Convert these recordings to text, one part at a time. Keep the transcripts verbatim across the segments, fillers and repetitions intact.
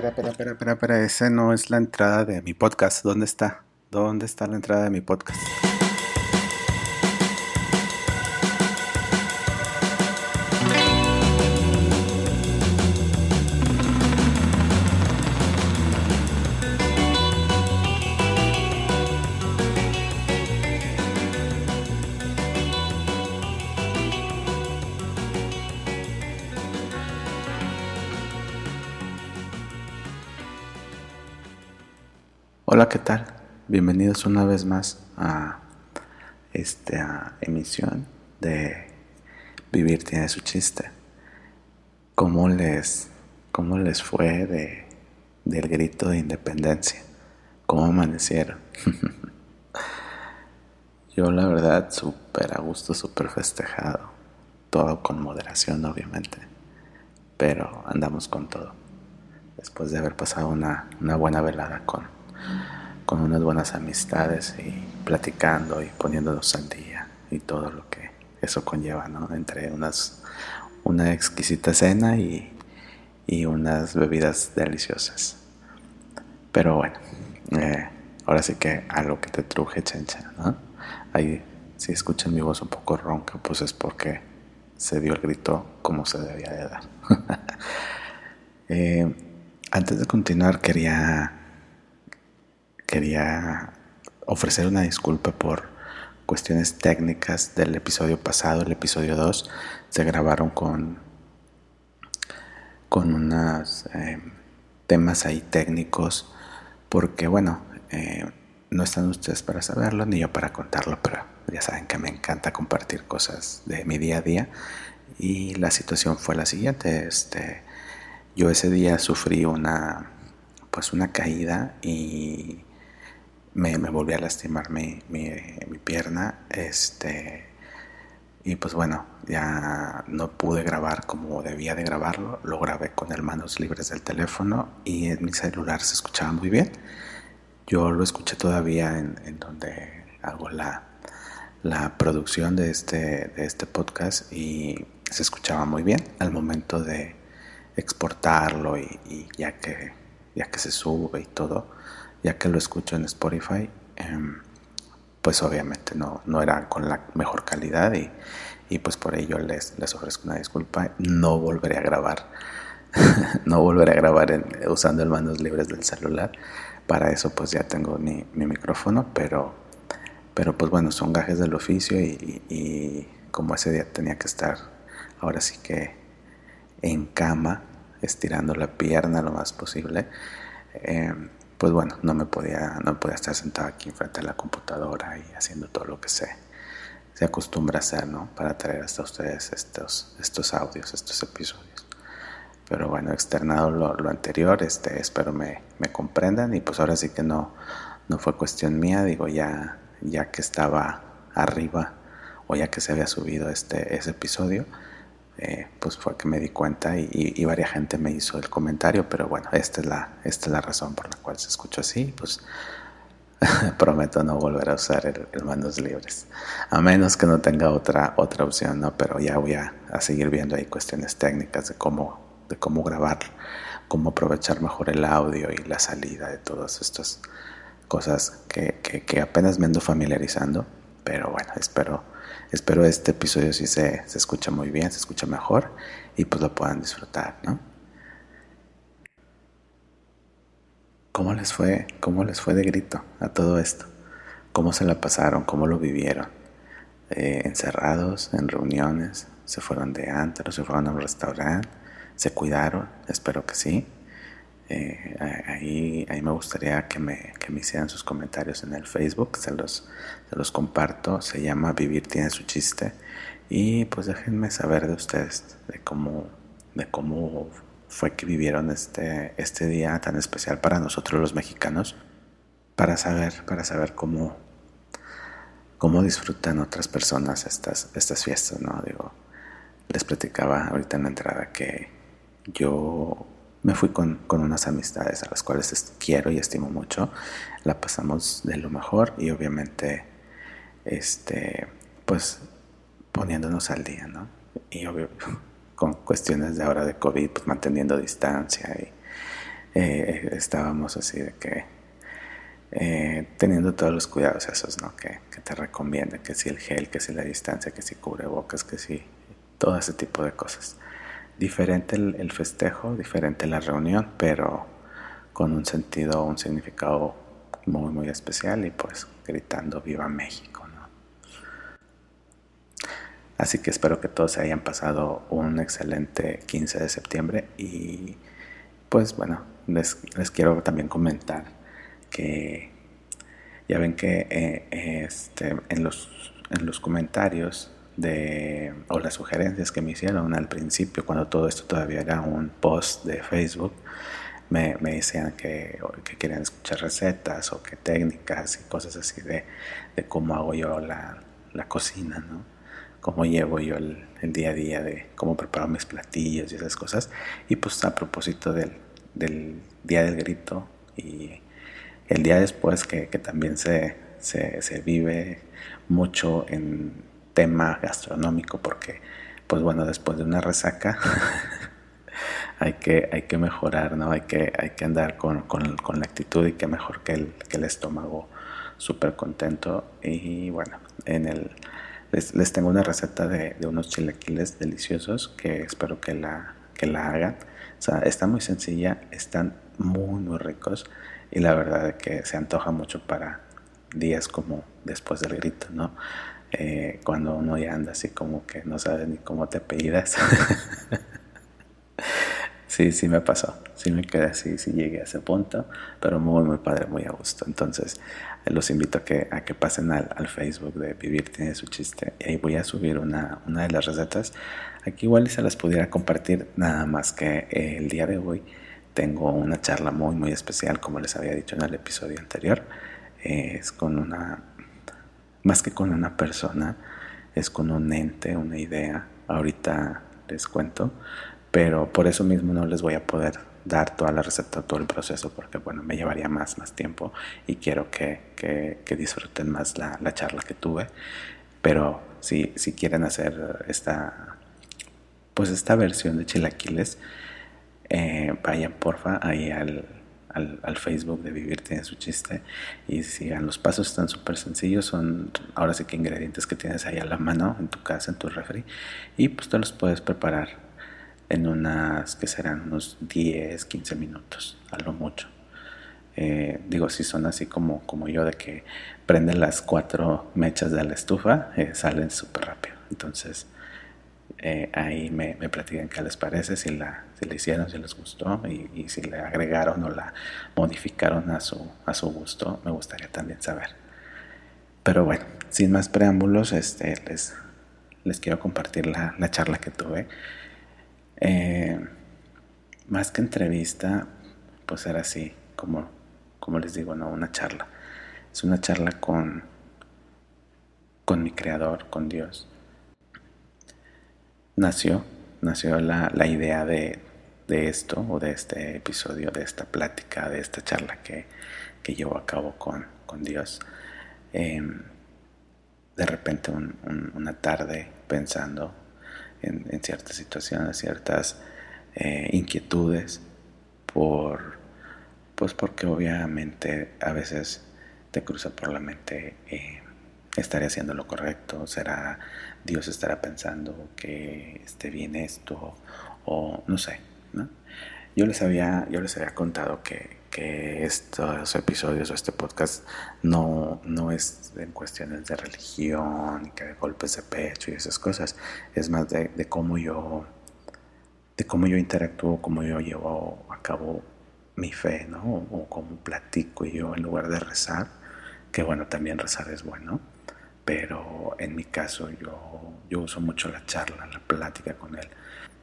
espera, espera, espera, espera, espera, esa no es la entrada de mi podcast. ¿Dónde está? ¿Dónde está la entrada de mi podcast? Hola, ¿qué tal? Bienvenidos una vez más a esta emisión de Vivir tiene su chiste. ¿Cómo les, cómo les fue de, del grito de independencia? ¿Cómo amanecieron? Yo la verdad súper a gusto, súper festejado. Todo con moderación, obviamente. Pero andamos con todo. Después de haber pasado una, una buena velada con, con unas buenas amistades y platicando y poniéndonos al día y todo lo que eso conlleva, ¿no? Entre unas, una exquisita cena y, y unas bebidas deliciosas. Pero bueno, eh, ahora sí que a lo que te truje, chencha, ¿no? Ahí, si escuchan mi voz un poco ronca, pues es porque se dio el grito como se debía de dar. eh, antes de continuar, quería quería ofrecer una disculpa por cuestiones técnicas del episodio pasado. El episodio dos se grabaron con con unos eh, temas ahí técnicos, porque bueno, eh, no están ustedes para saberlo ni yo para contarlo, pero ya saben que me encanta compartir cosas de mi día a día. Y la situación fue la siguiente. Este, yo ese día sufrí una pues una caída y me, me volví a lastimar mi, mi, mi pierna. Este, y pues bueno, ya no pude grabar como debía de grabarlo. Lo grabé con el manos libres del teléfono y en mi celular se escuchaba muy bien. Yo lo escuché todavía en, en donde hago la, la producción de este, de este podcast y se escuchaba muy bien al momento de exportarlo y, y ya que ya que se sube y todo, ya que lo escucho en Spotify, eh, pues obviamente no, no era con la mejor calidad y, y pues por ello les, les ofrezco una disculpa. No volveré a grabar no volveré a grabar en, usando el manos libres del celular. Para eso pues ya tengo mi, mi micrófono, pero pero pues bueno, son gajes del oficio y, y, y como ese día tenía que estar ahora sí que en cama, estirando la pierna lo más posible, eh, pues bueno, no me podía no podía estar sentado aquí enfrente de la computadora y haciendo todo lo que se, se acostumbra a hacer, ¿no? Para traer hasta ustedes estos, estos audios, estos episodios. Pero bueno, externado lo, lo anterior, este, espero me, me comprendan y pues ahora sí que no, no fue cuestión mía, digo, ya, ya que estaba arriba o ya que se había subido este, ese episodio, Eh, pues fue que me di cuenta y, y, y varias gente me hizo el comentario, pero bueno, esta es la, esta es la razón por la cual se escuchó así. Pues prometo no volver a usar el, el manos libres, a menos que no tenga otra, otra opción, ¿no? Pero ya voy a, a seguir viendo ahí cuestiones técnicas de cómo, de cómo grabar, cómo aprovechar mejor el audio y la salida de todas estas cosas que, que, que apenas me ando familiarizando. Pero bueno, espero espero este episodio sí se, se escucha muy bien, se escucha mejor y pues lo puedan disfrutar, ¿no? ¿Cómo les fue? ¿Cómo les fue de grito a todo esto? ¿Cómo se la pasaron? ¿Cómo lo vivieron? Eh, encerrados, en reuniones, se fueron de antro, se fueron a un restaurante, se cuidaron, espero que sí. Eh, ahí, ahí me gustaría que me, que me hicieran sus comentarios en el Facebook, se los, se los comparto, se llama Vivir tiene su chiste y pues déjenme saber de ustedes, de cómo, de cómo fue que vivieron este, este día tan especial para nosotros los mexicanos, para saber, para saber cómo, cómo disfrutan otras personas estas, estas fiestas, ¿no? Digo, les platicaba ahorita en la entrada que yo me fui con, con unas amistades a las cuales quiero y estimo mucho. La pasamos de lo mejor y obviamente este pues poniéndonos al día, ¿no? Y obvio, con cuestiones de ahora de COVID, pues manteniendo distancia y eh, estábamos así de que eh, teniendo todos los cuidados esos, ¿no? Que, que te recomiendan, que si el gel, que si la distancia, que si cubrebocas, que si todo ese tipo de cosas. Diferente el, el festejo, diferente la reunión, pero con un sentido, un significado muy, muy especial y pues gritando Viva México, ¿no? Así que espero que todos hayan pasado un excelente quince de septiembre y pues bueno, les, les quiero también comentar que ya ven que eh, este, en, los, en los comentarios de, o las sugerencias que me hicieron al principio, cuando todo esto todavía era un post de Facebook, me, me decían que, que querían escuchar recetas o que técnicas y cosas así de, de cómo hago yo la, la cocina, ¿no? Cómo llevo yo el, el día a día, de cómo preparo mis platillos y esas cosas. Y pues a propósito del, del Día del Grito y el día después que, que también se, se, se vive mucho en tema gastronómico, porque pues bueno, después de una resaca hay que, hay que mejorar, ¿no? Hay que, hay que andar con, con, con la actitud y que mejor que el, que el estómago súper contento. Y bueno, en el, les, les tengo una receta de, de unos chilaquiles deliciosos que espero que la, que la hagan. O sea, está muy sencilla, están muy, muy ricos y la verdad es que se antoja mucho para días como después del grito, ¿no? Eh, cuando uno ya anda así como que no sabe ni cómo te apellidas. Sí, sí me pasó, sí me quedé así, sí llegué a ese punto, pero muy, muy padre, muy a gusto. Entonces, eh, los invito a que, a que pasen al, al Facebook de Vivir Tiene Su Chiste y ahí voy a subir una, una de las recetas. Aquí igual se las pudiera compartir, nada más que eh, el día de hoy tengo una charla muy, muy especial, como les había dicho en el episodio anterior. Eh, es con una, más que con una persona, es con un ente, una idea. Ahorita les cuento, pero por eso mismo no les voy a poder dar toda la receta, todo el proceso, porque bueno, me llevaría más, más tiempo y quiero que, que, que disfruten más la, la charla que tuve. Pero si, si quieren hacer esta, pues esta versión de chilaquiles, eh, vayan porfa ahí al, al, al Facebook de Vivir Tiene Su Chiste y sigan los pasos, están súper sencillos, son ahora sí que ingredientes que tienes ahí a la mano en tu casa, en tu refri, y pues te los puedes preparar en unas que serán unos diez, quince minutos, a lo mucho. Eh, digo, si son así como, como yo, de que prenden las cuatro mechas de la estufa, eh, salen súper rápido. Entonces, eh, ahí me, me platican qué les parece, si la, si la hicieron, si les gustó y, y si le agregaron o la modificaron a su, a su gusto, me gustaría también saber. Pero bueno, sin más preámbulos, este, les, les quiero compartir la, la charla que tuve. Eh, más que entrevista, pues era así, como, como les digo, no, una charla. Es una charla con, con mi creador, con Dios. Nació, nació la, la idea de, de esto, o de este episodio, de esta plática, de esta charla que, que llevo a cabo con, con Dios. Eh, de repente un, un, una tarde pensando en, en ciertas situaciones, ciertas eh, inquietudes, por, pues porque obviamente a veces te cruza por la mente, eh, estaré haciendo lo correcto, será Dios estará pensando que esté bien esto, o no sé, ¿no? Yo les había, yo les había contado que, que estos episodios o este podcast no, no es en cuestiones de religión, que de golpes de pecho y esas cosas. Es más de, de cómo yo, de cómo yo interactúo, cómo yo llevo a cabo mi fe, ¿no? O, o cómo platico yo en lugar de rezar, que bueno, también rezar es bueno, pero en mi caso yo, yo uso mucho la charla, la plática con él.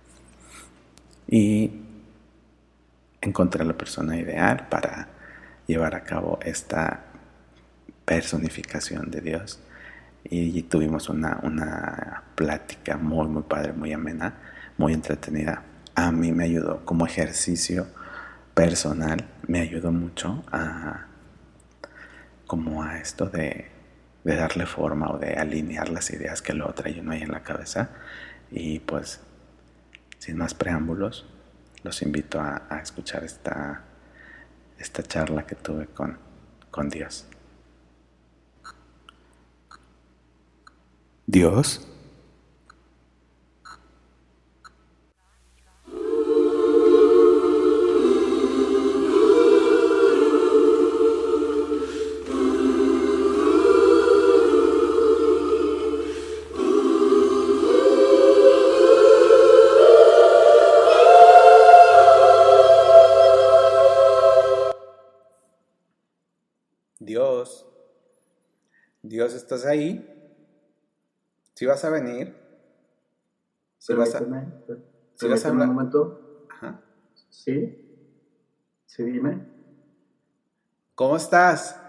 Y encontré la persona ideal para llevar a cabo esta personificación de Dios y tuvimos una, una plática muy muy padre, muy amena, muy entretenida. A mí me ayudó como ejercicio personal, me ayudó mucho a como a esto de, de darle forma o de alinear las ideas que lo trae uno ahí en la cabeza. Y pues sin más preámbulos, los invito a, a escuchar esta, esta charla que tuve con, con Dios. Dios. Dios, Dios, ¿estás ahí? ¿Sí vas a venir? ¿Sí vas a, Permíteme, sí vas a permíteme un hablar? momento. Ajá. Sí, sí, dime. ¿Cómo estás?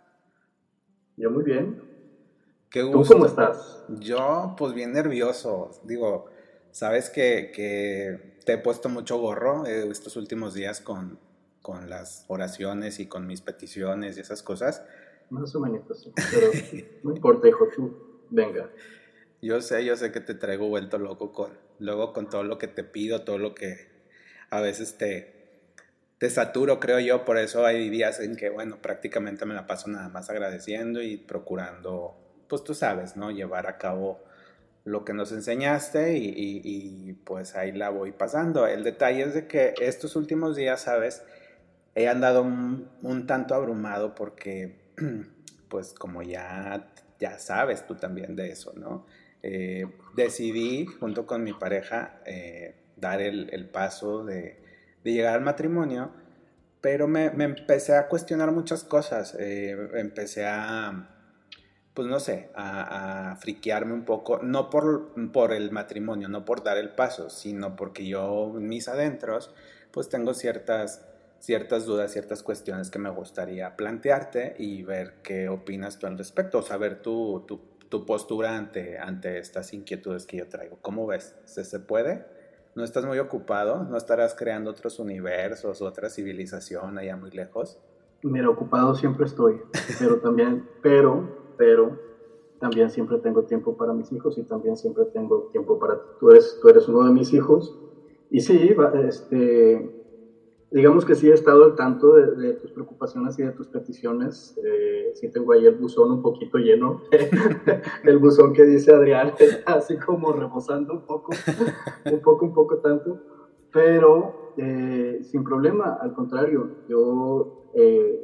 Yo muy bien. Qué ¿Tú cómo gusto. estás? Yo, pues bien nervioso. Digo, sabes que, que te he puesto mucho gorro eh, estos últimos días con, con las oraciones y con mis peticiones y esas cosas. Más o menos, sí. Pero no importa, hijo, tú. Venga. Yo sé, yo sé que te traigo vuelto loco con, luego con todo lo que te pido, todo lo que a veces te, te saturo, creo yo. Por eso hay días en que, bueno, prácticamente me la paso nada más agradeciendo y procurando, pues tú sabes, ¿no? Llevar a cabo lo que nos enseñaste y, y, y, pues ahí la voy pasando. El detalle es de que estos últimos días, ¿sabes? He andado un, un tanto abrumado porque, pues como ya, ya sabes tú también de eso, ¿no? Eh, decidí, junto con mi pareja, eh, dar el, el paso de, de, llegar al matrimonio, pero me, me, empecé a cuestionar muchas cosas. Eh, empecé a, pues no sé, a, a friquearme un poco, no por, por el matrimonio, no por dar el paso, sino porque yo en mis adentros, pues tengo ciertas, ciertas dudas, ciertas cuestiones que me gustaría plantearte y ver qué opinas tú al respecto, o saber tu, tu, tu postura ante, ante estas inquietudes que yo traigo. ¿Cómo ves? ¿Se, se puede? ¿No estás muy ocupado? ¿No estarás creando otros universos, otra civilización allá muy lejos? Mira, ocupado siempre estoy, pero también, pero, pero, también siempre tengo tiempo para mis hijos y también siempre tengo tiempo para ti. Tú eres, tú eres uno de mis hijos y sí, este, digamos que sí he estado al tanto de, de tus preocupaciones y de tus peticiones. Eh, sí tengo ahí el buzón un poquito lleno. El buzón que dice Adrián está así como rebosando un poco, un poco, un poco tanto. Pero eh, sin problema, al contrario, yo, eh,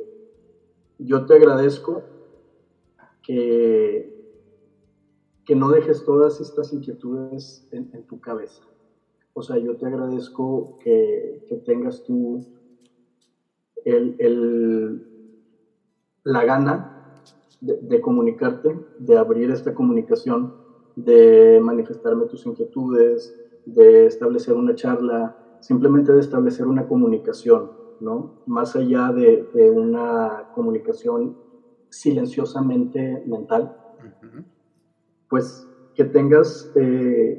yo te agradezco que, que no dejes todas estas inquietudes en, en tu cabeza. O sea, yo te agradezco que, que tengas tú el, el, la gana de, de comunicarte, de abrir esta comunicación, de manifestarme tus inquietudes, de establecer una charla, simplemente de establecer una comunicación, ¿no? Más allá de, de una comunicación silenciosamente mental, Uh-huh. pues que tengas, eh,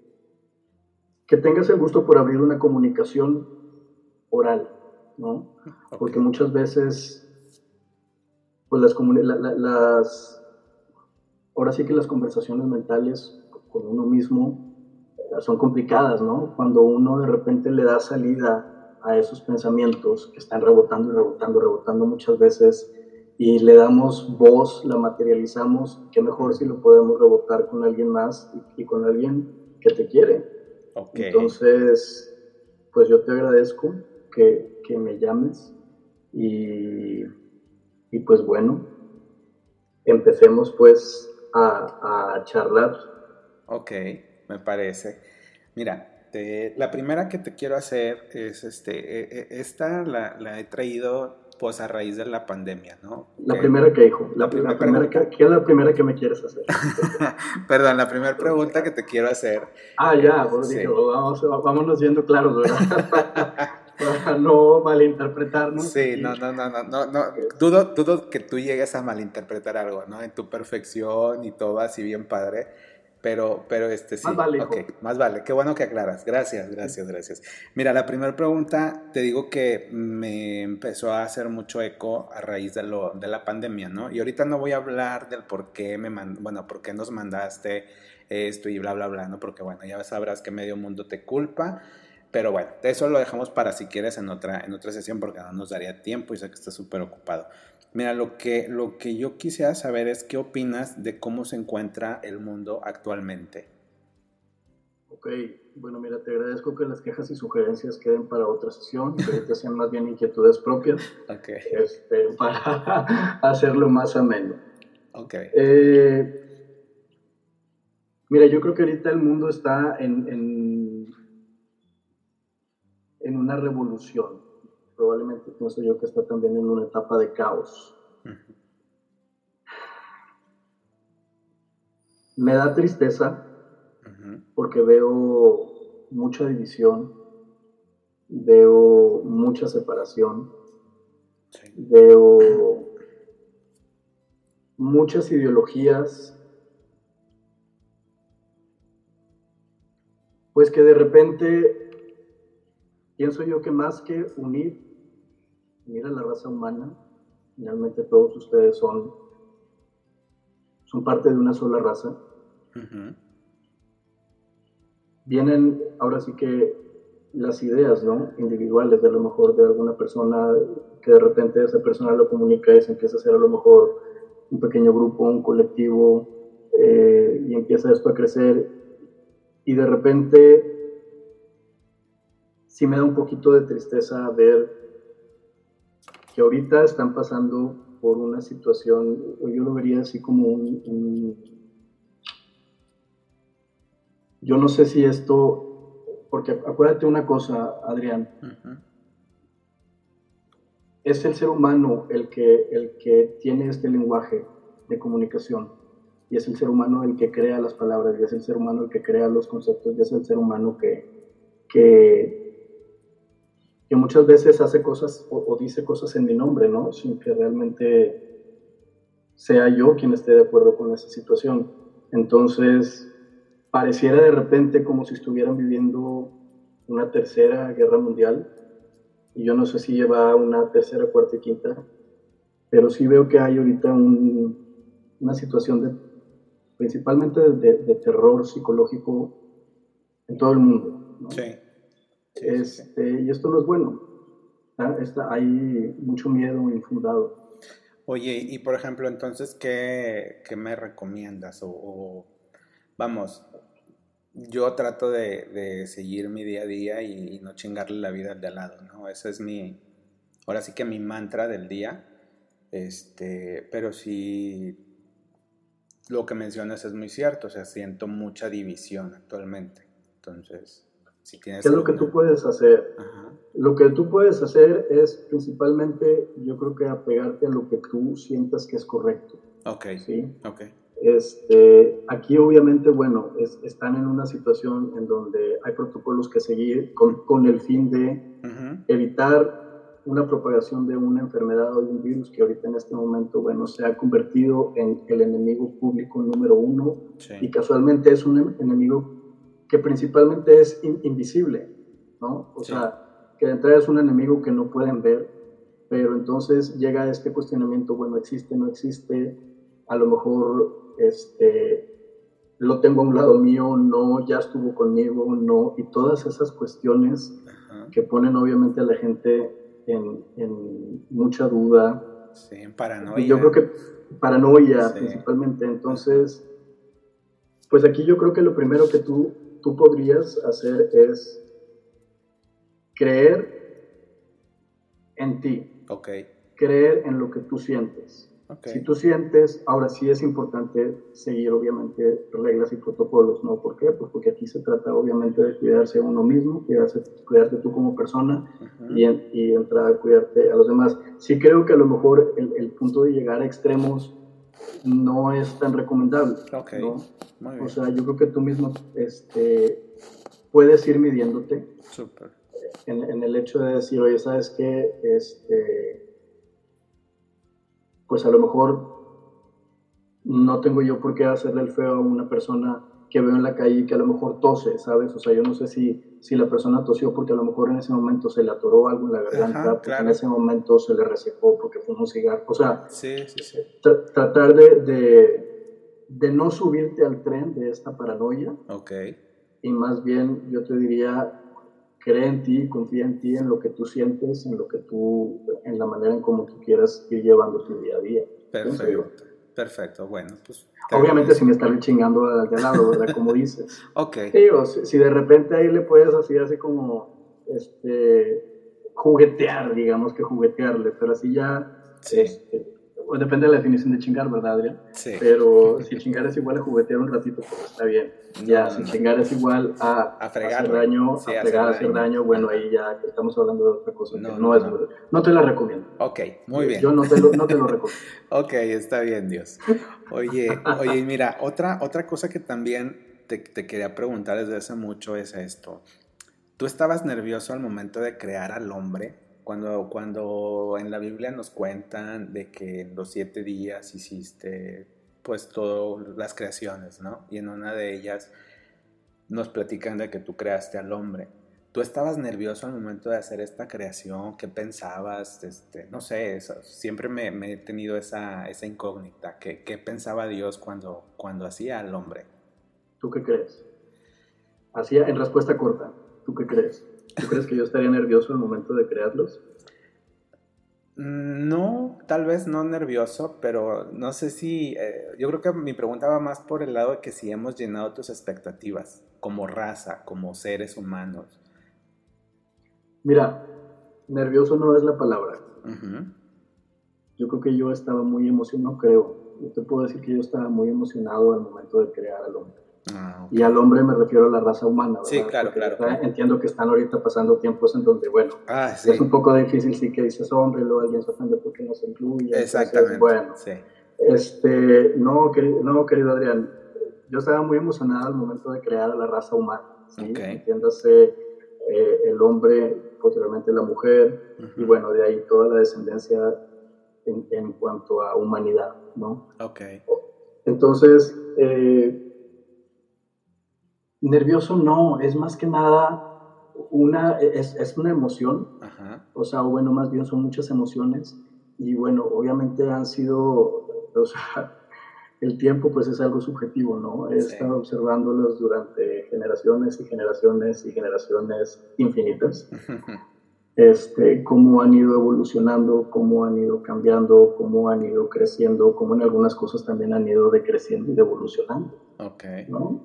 que tengas el gusto por abrir una comunicación oral, ¿no? Ok. Porque muchas veces pues las, la, la, las, ahora sí que las conversaciones mentales con uno mismo son complicadas, ¿no? Cuando uno de repente le da salida a esos pensamientos que están rebotando y rebotando, rebotando muchas veces y le damos voz, la materializamos, qué mejor si lo podemos rebotar con alguien más y, y con alguien que te quiere. Ok. Entonces, pues yo te agradezco que, que me llames y, y pues bueno, empecemos pues a, a charlar. Ok, me parece. Mira, te- la primera que te quiero hacer es, este, e- e- esta la, la he traído pues a raíz de la pandemia, ¿no? La Que primera que dijo, la, la la primera primera que, pregunta, ¿qué es la primera que me quieres hacer? perdón, la primera pregunta que te quiero hacer, Ah, eh, ya, pues dije, sí. vamos, vámonos viendo claros, ¿verdad? para, para no malinterpretarnos Sí, aquí. no, no, no, no, no, no, Es, dudo, dudo que tú llegues a malinterpretar algo, ¿no? En tu perfección y todo así bien padre, pero, pero este más sí, vale, ok, hijo. más vale, qué bueno que aclaras, gracias, Sí. gracias, gracias. Mira, la primera pregunta, te digo que me empezó a hacer mucho eco a raíz de lo, de la pandemia, ¿no? Y ahorita no voy a hablar del por qué me mand bueno, por qué nos mandaste esto y bla, bla, bla, ¿no? Porque bueno, ya sabrás que medio mundo te culpa. pero bueno, eso lo dejamos para si quieres en otra, en otra sesión porque no nos daría tiempo y sé que estás súper ocupado. Mira, lo que, lo que yo quisiera saber es qué opinas de cómo se encuentra el mundo actualmente. Ok, bueno, mira, te agradezco que las quejas y sugerencias queden para otra sesión, que ahorita sean más bien inquietudes propias, okay. este, para hacerlo más ameno. Okay. Eh, mira, yo creo que ahorita el mundo está en, en, en una revolución. Probablemente pienso yo que está también en una etapa de caos. Uh-huh. Me da tristeza uh-huh. porque veo mucha división, veo mucha separación, sí. Veo muchas ideologías, pues que de repente pienso yo que más que unir, unir a la raza humana, finalmente todos ustedes son, son parte de una sola raza. Uh-huh. Vienen ahora sí que las ideas, ¿no? Individuales, de a lo mejor de alguna persona, que de repente esa persona lo comunica y se empieza a hacer a lo mejor un pequeño grupo, un colectivo, eh, y empieza esto a crecer, y de repente sí me da un poquito de tristeza ver que ahorita están pasando por una situación, yo lo vería así como un, un yo no sé si esto, porque acuérdate una cosa, Adrián, uh-huh. es el ser humano el que, el que tiene este lenguaje de comunicación, y es el ser humano el que crea las palabras, y es el ser humano el que crea los conceptos, y es el ser humano que, que, que muchas veces hace cosas o, o dice cosas en mi nombre, ¿no? Sin que realmente sea yo quien esté de acuerdo con esa situación. Entonces, pareciera de repente como si estuvieran viviendo una tercera guerra mundial, y yo no sé si lleva una tercera, cuarta y quinta, pero sí veo que hay ahorita un, una situación de, principalmente de, de terror psicológico en todo el mundo, ¿no? Sí. Sí, este, sí, sí. Y esto no es bueno. Está, hay mucho miedo infundado. Oye, y por ejemplo, entonces, ¿qué, qué me recomiendas? O, o, vamos, yo trato de, de seguir mi día a día y, y no chingarle la vida al de al lado, ¿no? Ese es mi, ahora sí que mi mantra del día, este, pero sí, lo que mencionas es muy cierto, o sea, siento mucha división actualmente, entonces, si tienes ¿Qué es alguna... lo que tú puedes hacer? Ajá. Lo que tú puedes hacer es principalmente, yo creo que apegarte a lo que tú sientas que es correcto. Ok, ¿sí? ok. Este, aquí obviamente, bueno, es, están en una situación en donde hay protocolos que seguir con, con el fin de uh-huh. evitar una propagación de una enfermedad o de un virus que ahorita en este momento, bueno, se ha convertido en el enemigo público número uno, sí. Y casualmente es un enemigo que principalmente es in, invisible, ¿no? O sí. sea, que de entrada es un enemigo que no pueden ver, pero entonces llega este cuestionamiento, bueno, ¿existe, no existe? A lo mejor este, lo tengo a un lado mío, no, ya estuvo conmigo, no, y todas esas cuestiones uh-huh. que ponen obviamente a la gente en, en mucha duda. Sí, en paranoia. Y yo creo que paranoia sí. principalmente, entonces, uh-huh. pues aquí yo creo que lo primero que tú, tú podrías hacer es creer en ti, okay. creer en lo que tú sientes. Okay. Si tú sientes, ahora sí es importante seguir obviamente reglas y protocolos, ¿no? ¿Por qué? Pues porque aquí se trata obviamente de cuidarse a uno mismo, cuidarse, cuidarte tú como persona uh-huh. y, en, y entrar a cuidarte a los demás. Sí creo que a lo mejor el, el punto de llegar a extremos no es tan recomendable, okay. ¿no? Muy bien. O sea, yo creo que tú mismo este, puedes ir midiéndote. Súper. En, en el hecho de decir, oye, ¿sabes qué? Este... pues a lo mejor no tengo yo por qué hacerle el feo a una persona que veo en la calle y que a lo mejor tose, ¿sabes? O sea, yo no sé si, si la persona tosió porque a lo mejor en ese momento se le atoró algo en la garganta, Ajá, porque claro. en ese momento se le resecó porque fue un cigarro. O sea, sí, sí, sí. Tra- tratar de, de, de no subirte al tren de esta paranoia. Ok. Y más bien yo te diría, cree en ti, confía en ti, en lo que tú sientes, en lo que tú, en la manera en cómo tú quieras ir llevando tu día a día. Perfecto, perfecto, bueno, pues... Obviamente sin estarle chingando al de al lado, ¿verdad? Como dices. Ok. Digo, si, si de repente ahí le puedes así, así como, este, juguetear, digamos que juguetearle, pero así ya, sí. este, pues depende de la definición de chingar, ¿verdad, Adrián? Sí. Pero si chingar es igual a juguetear un ratito, pues está bien. No, ya, no, si no. chingar es igual a, a hacer daño, sí, a fregar, hacer daño, daño bueno, Ajá. ahí ya estamos hablando de otra cosa no, que no, no es no. Muy, no te la recomiendo. Ok, muy bien. Yo no te lo, no te lo recomiendo. Ok, está bien, Dios. Oye, oye, mira, otra, otra cosa que también te, te quería preguntar desde hace mucho es esto. ¿Tú estabas nervioso al momento de crear al hombre? Cuando, cuando en la Biblia nos cuentan de que en los siete días hiciste pues todas las creaciones, ¿no? Y en una de ellas nos platican de que tú creaste al hombre. ¿Tú estabas nervioso al momento de hacer esta creación? ¿Qué pensabas? Este, no sé, eso, siempre me, me he tenido esa, esa incógnita. ¿Qué, ¿Qué pensaba Dios cuando, cuando hacía al hombre? ¿Tú qué crees? Así, en respuesta corta, ¿tú qué crees? ¿Tú crees que yo estaría nervioso al momento de crearlos? No, tal vez no nervioso, pero no sé si, eh, yo creo que mi pregunta va más por el lado de que si hemos llenado tus expectativas como raza, como seres humanos. Mira, nervioso no es la palabra. Uh-huh. Yo creo que yo estaba muy emocionado, no creo, yo te puedo decir que yo estaba muy emocionado al momento de crear al hombre. Ah, okay. Y al hombre me refiero a la raza humana, ¿verdad? Sí, claro, Porque claro, está, claro. Entiendo que están ahorita pasando tiempos en donde, bueno, ah, sí. es un poco difícil sí que dices hombre, luego alguien se ofende porque no se incluye. Exactamente, entonces, bueno, sí. Este, no, querido, no, querido Adrián, yo estaba muy emocionado al momento de crear a la raza humana, ¿sí? Okay. Entiéndase eh, el hombre, posteriormente la mujer, uh-huh. Y bueno, de ahí toda la descendencia en, en cuanto a humanidad, ¿no? Okay. Entonces, eh, nervioso no, es más que nada una, es, es una emoción, uh-huh. O sea, bueno, más bien son muchas emociones, y bueno, obviamente han sido, o sea, el tiempo pues es algo subjetivo, ¿no? He sí. estado observándolos durante generaciones y generaciones y generaciones infinitas. Este, cómo han ido evolucionando, cómo han ido cambiando, cómo han ido creciendo, cómo en algunas cosas también han ido decreciendo y devolucionando. Okay. ¿No?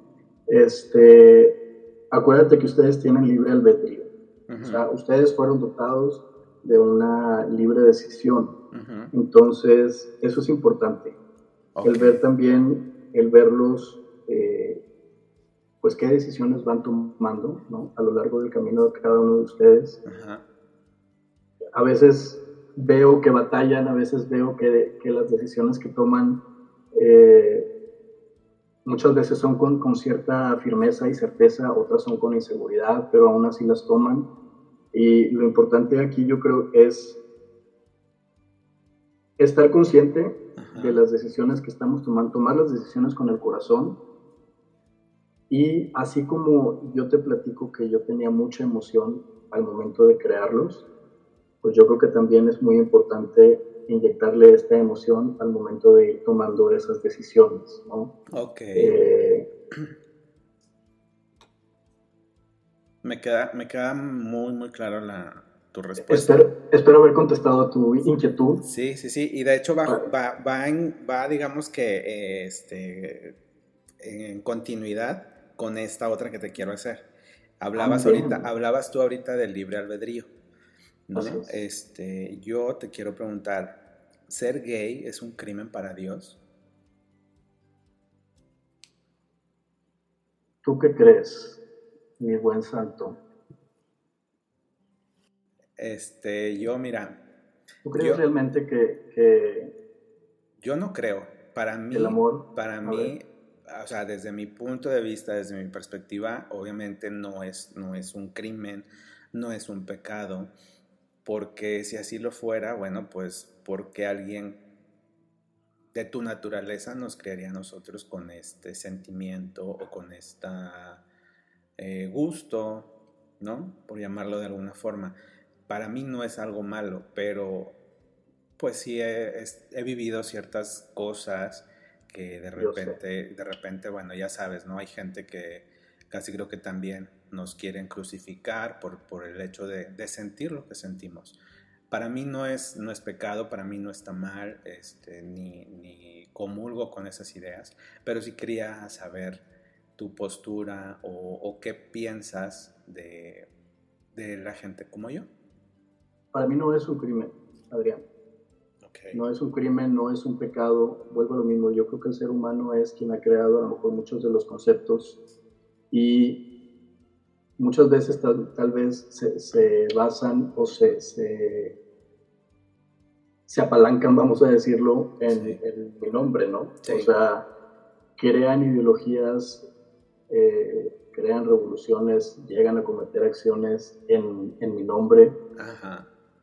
Este, acuérdate que ustedes tienen libre albedrío. Uh-huh. O sea, ustedes fueron dotados de una libre decisión. Uh-huh. Entonces, eso es importante. Okay. El ver también, el verlos, eh, pues qué decisiones van tomando, ¿no? A lo largo del camino de cada uno de ustedes. Uh-huh. A veces veo que batallan, a veces veo que, que las decisiones que toman eh, muchas veces son con, con cierta firmeza y certeza, otras son con inseguridad, pero aún así las toman. Y lo importante aquí yo creo es estar consciente Ajá. de las decisiones que estamos tomando, tomar las decisiones con el corazón. Y así como yo te platico que yo tenía mucha emoción al momento de crearlos, pues yo creo que también es muy importante inyectarle esta emoción al momento de ir tomando esas decisiones, ¿no? Ok. Eh, me, queda, me queda muy, muy claro la, tu respuesta. Espero, espero haber contestado a tu inquietud. Sí, sí, sí. Y de hecho va, va, va, en, va digamos que, eh, este, en continuidad con esta otra que te quiero hacer. Hablabas ah, ahorita, hablabas tú ahorita del libre albedrío, ¿no? Es. Este, yo te quiero preguntar, ¿ser gay es un crimen para Dios? ¿Tú qué crees, mi buen santo? Este, yo, mira. ¿Tú crees yo, realmente que, que yo no creo. Para mí, el amor, para mí, o sea, desde mi punto de vista, desde mi perspectiva, obviamente no es, no es un crimen, no es un pecado, porque si así lo fuera, bueno, pues, porque alguien de tu naturaleza nos crearía a nosotros con este sentimiento o con este eh, gusto, ¿no? Por llamarlo de alguna forma. Para mí no es algo malo, pero pues sí he, he vivido ciertas cosas que de repente, de repente, bueno, ya sabes, ¿no? Hay gente que casi creo que también nos quieren crucificar por, por el hecho de, de sentir lo que sentimos. Para mí no es, no es pecado, para mí no está mal, este, ni, ni comulgo con esas ideas, pero sí quería saber tu postura o, o qué piensas de, de la gente como yo. Para mí no es un crimen, Adrián. Okay. No es un crimen, no es un pecado, vuelvo a lo mismo, yo creo que el ser humano es quien ha creado a lo mejor muchos de los conceptos y muchas veces tal, tal vez se, se basan o se, se, se apalancan, vamos a decirlo, en, sí. en mi nombre, ¿no? Sí. O sea, crean ideologías, eh, crean revoluciones, llegan a cometer acciones en, en mi nombre. Ajá.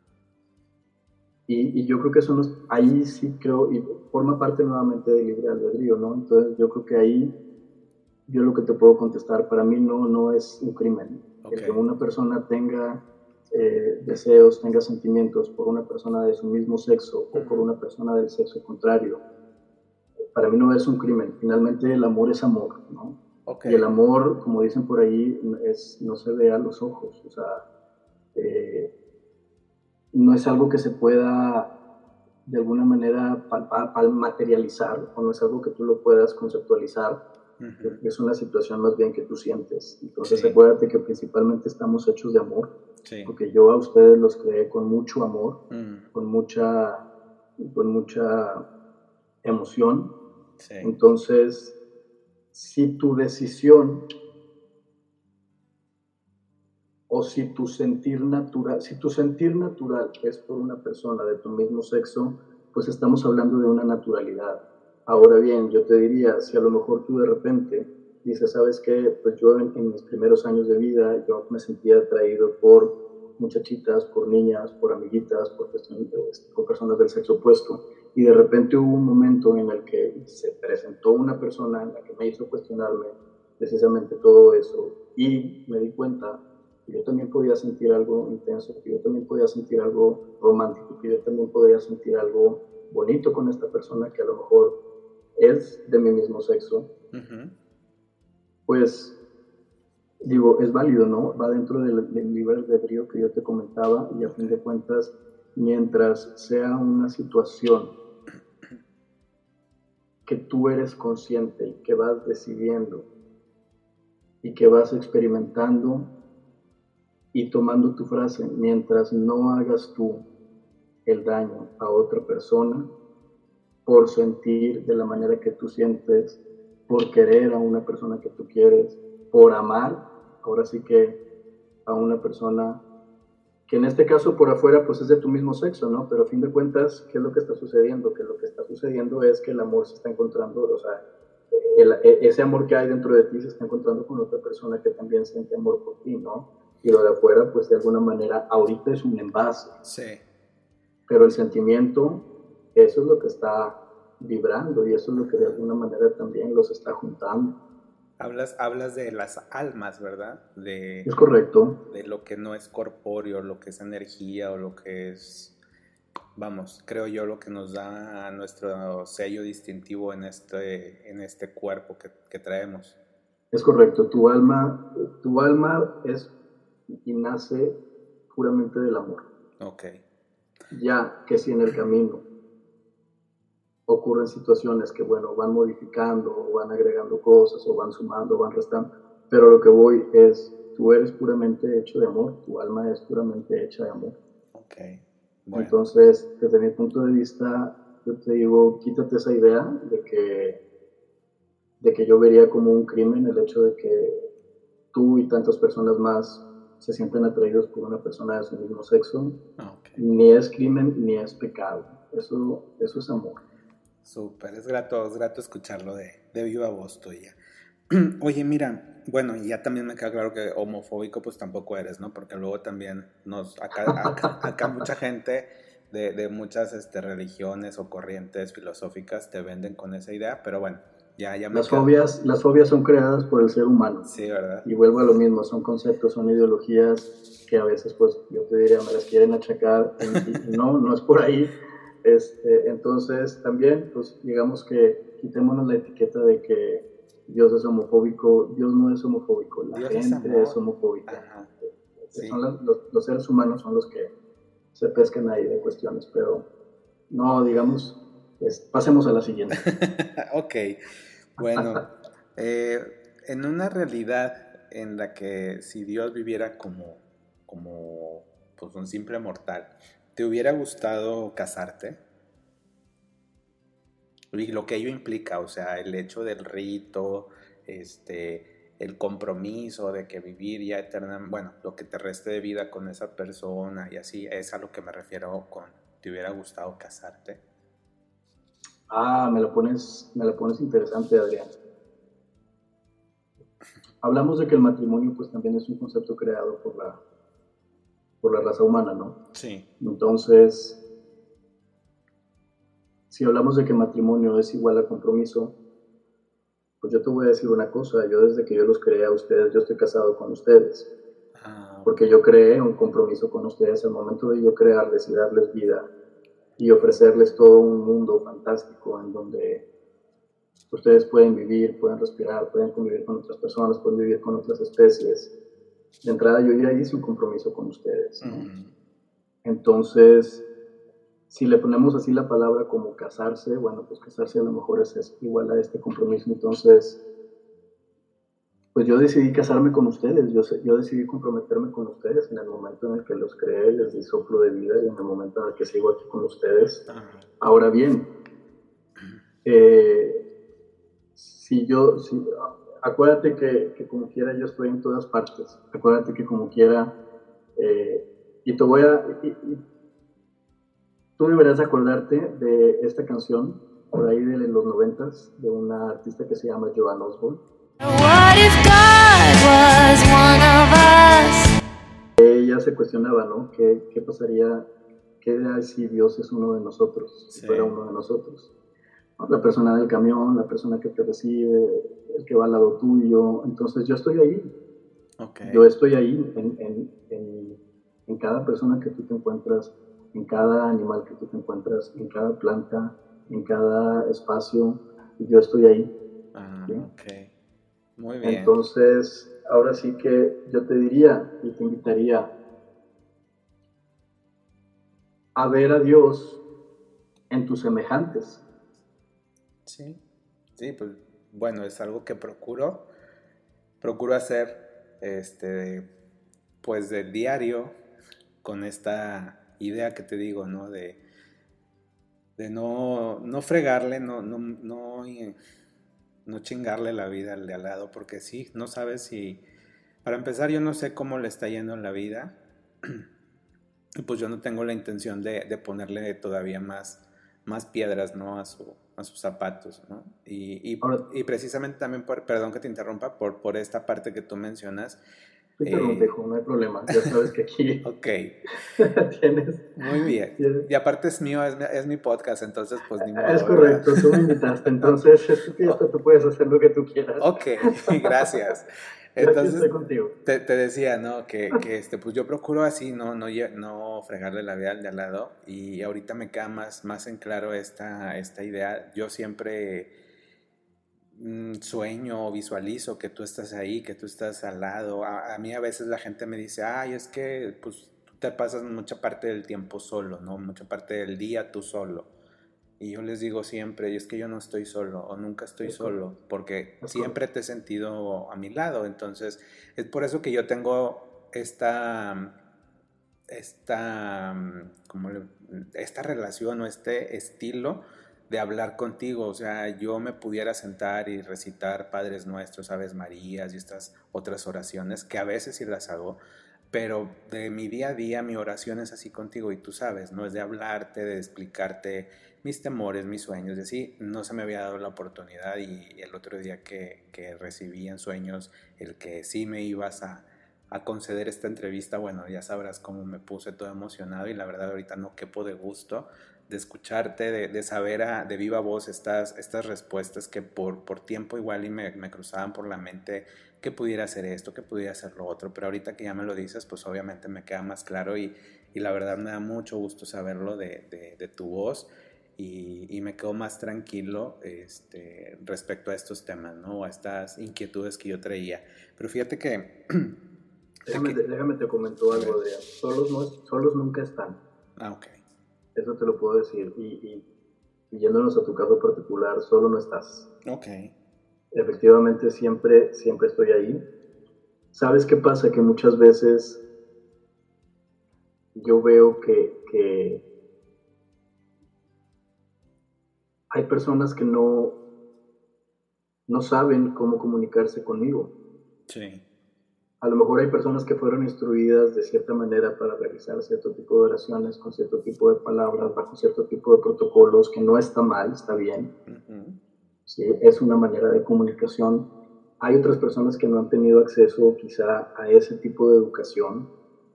Y, y yo creo que eso nos, ahí sí creo, y forma parte nuevamente del libre albedrío, ¿no? Entonces yo creo que ahí, yo lo que te puedo contestar, para mí no, no es un crimen. Okay. El que una persona tenga eh, deseos, tenga sentimientos por una persona de su mismo sexo o por una persona del sexo contrario, para mí no es un crimen. Finalmente el amor es amor, ¿no? Okay. Y el amor, como dicen por ahí, es, no se ve a los ojos, o sea, eh, no es algo que se pueda de alguna manera palpar, pal, materializar, o no es algo que tú lo puedas conceptualizar. Uh-huh. Es una situación más bien que tú sientes. Entonces sí. Acuérdate que principalmente estamos hechos de amor, sí. Porque yo a ustedes los creé con mucho amor, uh-huh. con mucha, con mucha emoción. Sí. Entonces, si tu decisión o si tu sentir natural, si tu sentir natural es por una persona de tu mismo sexo, pues estamos hablando de una naturalidad. Ahora bien, yo te diría, si a lo mejor tú de repente dices, ¿sabes qué? Pues yo en, en mis primeros años de vida, yo me sentía atraído por muchachitas, por niñas, por amiguitas, por, por personas del sexo opuesto, y de repente hubo un momento en el que se presentó una persona en la que me hizo cuestionarme precisamente todo eso, y me di cuenta que yo también podía sentir algo intenso, que yo también podía sentir algo romántico, que yo también podía sentir algo bonito con esta persona que a lo mejor es de mi mismo sexo. Uh-huh. Pues, digo, es válido, ¿no? Va dentro del, del libre albedrío que yo te comentaba, y a fin de cuentas, mientras sea una situación que tú eres consciente y que vas decidiendo y que vas experimentando, y tomando tu frase, mientras no hagas tú el daño a otra persona por sentir de la manera que tú sientes, por querer a una persona que tú quieres, por amar, ahora sí que a una persona que en este caso por afuera pues es de tu mismo sexo, ¿no? Pero a fin de cuentas, ¿qué es lo que está sucediendo? Que lo que está sucediendo es que el amor se está encontrando, o sea, el, ese amor que hay dentro de ti se está encontrando con otra persona que también siente amor por ti, ¿no? Y lo de afuera, pues de alguna manera, ahorita es un envase. Sí. Pero el sentimiento, eso es lo que está vibrando y eso es lo que de alguna manera también los está juntando. Hablas, hablas de las almas, ¿verdad? De, es correcto. De lo que no es corpóreo, lo que es energía o lo que es, vamos, creo yo, lo que nos da nuestro sello distintivo en este, en este cuerpo que, que traemos. Es correcto. Tu alma, tu alma es y nace puramente del amor. Okay. Ya que si en el camino ocurren situaciones que, bueno, van modificando, o van agregando cosas, o van sumando, o van restando, pero lo que voy es, tú eres puramente hecho de amor, tu alma es puramente hecha de amor. Okay. Bueno. Entonces, desde mi punto de vista, yo te digo, quítate esa idea de que, de que yo vería como un crimen el hecho de que tú y tantas personas más se sienten atraídos por una persona de su mismo sexo. Okay. Ni es crimen ni es pecado. Eso, eso es amor. Súper, es grato, es grato escucharlo de, de viva voz tuya. Oye, mira, bueno, ya también me queda claro que homofóbico pues tampoco eres, ¿no? Porque luego también nos, acá, acá, acá mucha gente de, de muchas este, religiones o corrientes filosóficas te venden con esa idea, pero bueno. Ya, ya me las, fobias, las fobias son creadas por el ser humano. Sí, ¿verdad? Y vuelvo a lo mismo, son conceptos, son ideologías que a veces, pues, yo te diría, me las quieren achacar. Y, y no, no es por ahí. Este, entonces, también, pues, digamos que quitémonos la etiqueta de que Dios es homofóbico. Dios no es homofóbico, la Dios es gente amor. es homofóbica. Ajá. Sí. Sí. Son los, los seres humanos son los que se pescan ahí de cuestiones, pero no, digamos, es, pasemos a la siguiente. Ok, bueno, eh, en una realidad en la que si Dios viviera como, como pues un simple mortal, ¿te hubiera gustado casarte? Y lo que ello implica, o sea, el hecho del rito, este, el compromiso de que vivir ya eternamente, bueno, lo que te reste de vida con esa persona y así, es a lo que me refiero con, ¿te hubiera gustado casarte? Ah, me lo pones, me lo pones interesante, Adrián. Hablamos de que el matrimonio pues también es un concepto creado por la, por la raza humana, ¿no? Sí. Entonces, si hablamos de que matrimonio es igual a compromiso, pues yo te voy a decir una cosa, yo desde que yo los creé a ustedes, yo estoy casado con ustedes, Ah, porque yo creé un compromiso con ustedes al momento de yo crearles y darles vida y ofrecerles todo un mundo fantástico en donde ustedes pueden vivir, pueden respirar, pueden convivir con otras personas, pueden vivir con otras especies. De entrada yo ya hice un compromiso con ustedes, ¿no? Uh-huh. Entonces, si le ponemos así la palabra como casarse, bueno, pues casarse a lo mejor es, es igual a este compromiso. Entonces, pues yo decidí casarme con ustedes, yo, yo decidí comprometerme con ustedes en el momento en el que los creé, les di soplo de vida y en el momento en el que sigo aquí con ustedes. Uh-huh. Ahora bien, eh, si yo, si, acuérdate que, que como quiera yo estoy en todas partes, acuérdate que como quiera, eh, y te voy a, y, y, tú deberás acordarte de esta canción, por ahí de los noventas, de una artista que se llama Joan Osborne. What if God was one of us? Ella se cuestionaba, ¿no? ¿Qué, qué pasaría, qué hay si Dios es uno de nosotros, si sí. fuera uno de nosotros? La persona del camión, la persona que te recibe, el que va al lado tuyo. Entonces yo estoy ahí. Okay. Yo estoy ahí en, en, en, en cada persona que tú te encuentras, en cada animal que tú te encuentras, en cada planta, en cada espacio. Yo estoy ahí. Ah, ¿sí? Ok. Muy bien. Entonces, ahora sí que yo te diría y te invitaría a ver a Dios en tus semejantes. Sí, sí, pues bueno, es algo que procuro, procuro hacer, este, pues del diario, con esta idea que te digo, ¿no? De, de no, no fregarle, no, no, no, no chingarle la vida al de al lado, porque sí, no sabes si, para empezar yo no sé cómo le está yendo en la vida, y pues yo no tengo la intención de, de ponerle todavía más, más piedras, ¿no? A su... a sus zapatos, ¿no? Y, y, y precisamente también, por, perdón que te interrumpa, por, por esta parte que tú mencionas. Te interrumpo, eh... hijo, no hay problema, ya sabes que aquí ok. tienes... Muy bien. ¿Tienes? Y aparte es mío, es, es mi podcast, entonces pues ni modo. Es correcto, ¿verdad? Tú me invitaste, entonces es tu fiesta, tú puedes hacer lo que tú quieras. Ok, gracias. Entonces, yo aquí estoy contigo. Te, te decía, ¿no? Que, que este, pues yo procuro así, no, no, no fregarle la vida al de al lado. Y ahorita me queda más, más en claro esta, esta idea. Yo siempre mmm, sueño o visualizo que tú estás ahí, que tú estás al lado. A, a mí a veces la gente me dice, ay, es que pues tú te pasas mucha parte del tiempo solo, ¿no? Mucha parte del día tú solo. Y yo les digo siempre, y es que yo no estoy solo, o nunca estoy es solo, porque es siempre correcto. Te he sentido a mi lado. Entonces, es por eso que yo tengo esta, esta, como le, esta relación o este estilo de hablar contigo. O sea, yo me pudiera sentar y recitar Padres Nuestros, Aves Marías y estas otras oraciones, que a veces sí las hago, pero de mi día a día mi oración es así contigo y tú sabes, ¿no? Es de hablarte, de explicarte mis temores, mis sueños y así. No se me había dado la oportunidad y el otro día que, que recibí en sueños el que sí me ibas a, a conceder esta entrevista, bueno, ya sabrás cómo me puse todo emocionado y la verdad ahorita no quepo de gusto de escucharte, de, de saber a, de viva voz estas, estas respuestas que por, por tiempo igual y me, me cruzaban por la mente que pudiera hacer esto, que pudiera hacer lo otro, pero ahorita que ya me lo dices, pues obviamente me queda más claro y, y la verdad me da mucho gusto saberlo de, de, de tu voz y, y me quedo más tranquilo este, respecto a estos temas, ¿no? A estas inquietudes que yo traía. Pero fíjate que... Déjame, que déjame te comento algo, Adrián. Solos, no, solos nunca están. Ah, ok. Eso te lo puedo decir. Y, y, y yéndonos a tu caso particular, solo no estás. Ok. Efectivamente, siempre, siempre estoy ahí. ¿Sabes qué pasa? Que muchas veces yo veo que, que hay personas que no, no saben cómo comunicarse conmigo. Sí. A lo mejor hay personas que fueron instruidas de cierta manera para realizar cierto tipo de oraciones con cierto tipo de palabras, bajo cierto tipo de protocolos, que no está mal, está bien. Uh-huh. Sí, es una manera de comunicación. Hay otras personas que no han tenido acceso quizá a ese tipo de educación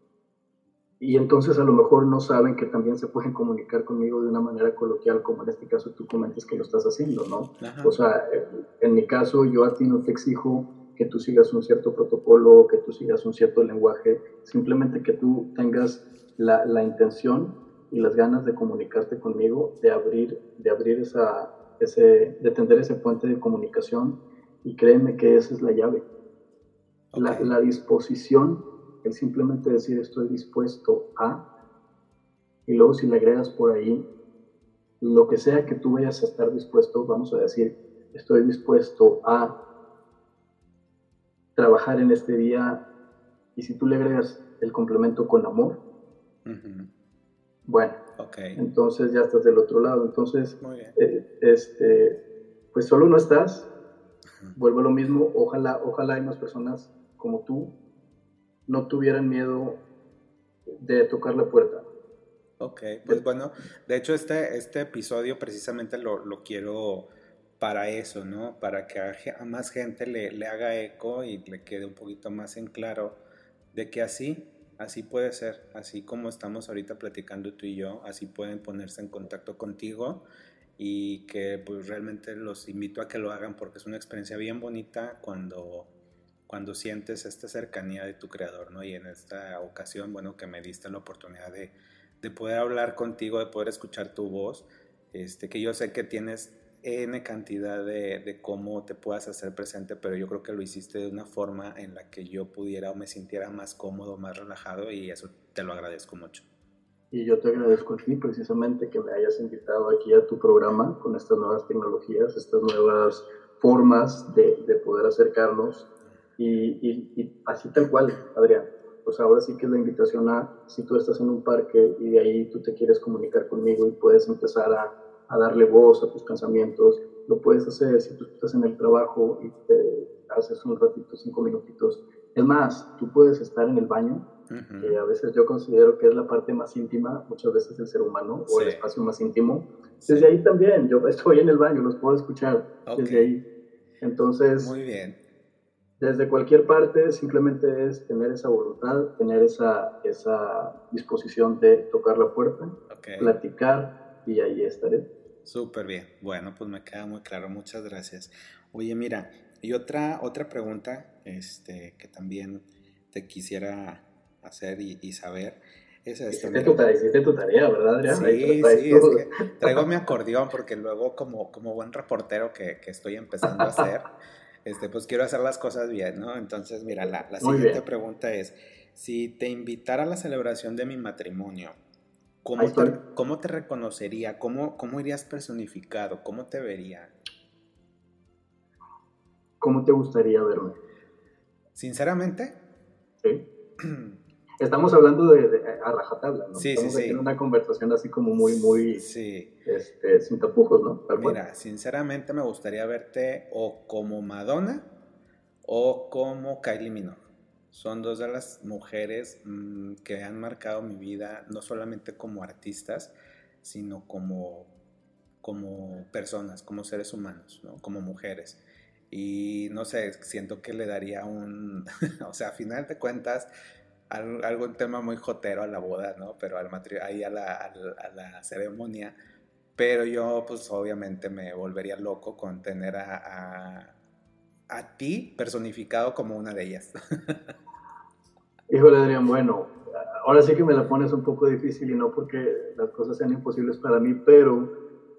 y entonces a lo mejor no saben que también se pueden comunicar conmigo de una manera coloquial, como en este caso tú comentas que lo estás haciendo, ¿no? Ajá. O sea, en mi caso yo a ti no te exijo que tú sigas un cierto protocolo, que tú sigas un cierto lenguaje, simplemente que tú tengas la, la intención y las ganas de comunicarte conmigo, de abrir, de abrir esa, ese, de tender ese puente de comunicación, y créeme que esa es la llave. Okay. La, la disposición, el simplemente decir estoy dispuesto a, y luego si le agregas por ahí lo que sea que tú vayas a estar dispuesto, vamos a decir, estoy dispuesto a trabajar en este día, y si tú le agregas el complemento con amor, uh-huh. Bueno, okay. Entonces ya estás del otro lado. Entonces, eh, este, pues solo no estás, uh-huh. Vuelvo a lo mismo, ojalá, ojalá hay más personas como tú no tuvieran miedo de tocar la puerta. Ok, pues de, bueno, de hecho este, este episodio precisamente lo, lo quiero para eso, ¿no? Para que a, a más gente le, le haga eco y le quede un poquito más en claro de que así, así puede ser, así como estamos ahorita platicando tú y yo, así pueden ponerse en contacto contigo, y que pues realmente los invito a que lo hagan porque es una experiencia bien bonita cuando, cuando sientes esta cercanía de tu creador, ¿no? Y en esta ocasión, bueno, que me diste la oportunidad de, de poder hablar contigo, de poder escuchar tu voz, este, que yo sé que tienes N cantidad de, de cómo te puedas hacer presente, pero yo creo que lo hiciste de una forma en la que yo pudiera o me sintiera más cómodo, más relajado, y eso te lo agradezco mucho. Y yo te agradezco a ti precisamente que me hayas invitado aquí a tu programa con estas nuevas tecnologías, estas nuevas formas de, de poder acercarnos, y, y, y así tal cual, Adrián. Pues ahora sí que es la invitación a, si tú estás en un parque y de ahí tú te quieres comunicar conmigo y puedes empezar a, a darle voz a tus pensamientos, lo puedes hacer. Si tú estás en el trabajo y te haces un ratito, cinco minutitos. Es más, tú puedes estar en el baño, uh-huh. que a veces yo considero que es la parte más íntima, muchas veces del ser humano, sí. O el espacio más íntimo. Sí. Desde ahí también, yo estoy en el baño, los puedo escuchar, okay. Desde ahí. Entonces, muy bien. Desde cualquier parte, simplemente es tener esa voluntad, tener esa, esa disposición de tocar la puerta, okay. Platicar, y ahí estaré. Súper bien. Bueno, pues me queda muy claro. Muchas gracias. Oye, mira, y otra, otra pregunta este, que también te quisiera hacer y, y saber es esta. Hiciste tu, hiciste tu tarea, ¿verdad, Adrián? Sí, sí, es que traigo mi acordeón porque luego como, como buen reportero que, que estoy empezando a hacer, este, pues quiero hacer las cosas bien, ¿no? Entonces, mira, la, la siguiente pregunta es, si te invitara a la celebración de mi matrimonio, ¿cómo te, ¿cómo te reconocería? ¿Cómo, ¿Cómo irías personificado? ¿Cómo te vería? ¿Cómo te gustaría verme? ¿Sinceramente? Sí. Estamos hablando de, de a rajatabla, ¿no? Sí, Estamos sí, aquí sí. en una conversación así como muy, muy, sí. este, sin tapujos, ¿no? Tal Mira, cual. Sinceramente me gustaría verte o como Madonna o como Kylie Minogue. Son dos de las mujeres mmm, que han marcado mi vida, no solamente como artistas, sino como, como personas, como seres humanos, ¿no? Como mujeres. Y no sé, siento que le daría un... o sea, a final de cuentas, algo, algún tema muy jotero a la boda, ¿no? Pero al matri- ahí a la, a, la, a la ceremonia. Pero yo, pues, obviamente me volvería loco con tener a... a a ti personificado como una de ellas. Híjole, Adrián, bueno, ahora sí que me la pones un poco difícil, y no porque las cosas sean imposibles para mí, pero